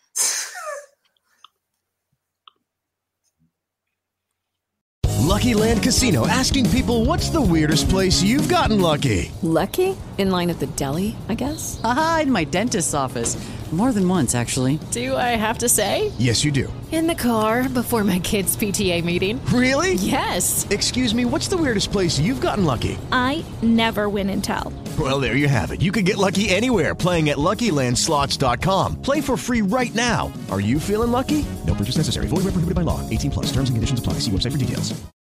Lucky Land Casino, asking people, what's the weirdest place you've gotten lucky? Lucky? In line at the deli, I guess? Aha, in my dentist's office. More than once, actually. Do I have to say? Yes, you do. In the car before my kids' P T A meeting. Really? Yes. Excuse me, what's the weirdest place you've gotten lucky? I never win and tell. Well, there you have it. You can get lucky anywhere, playing at Lucky Land Slots dot com. Play for free right now. Are you feeling lucky? No purchase necessary. Void where prohibited by law. eighteen plus. Terms and conditions apply. See website for details.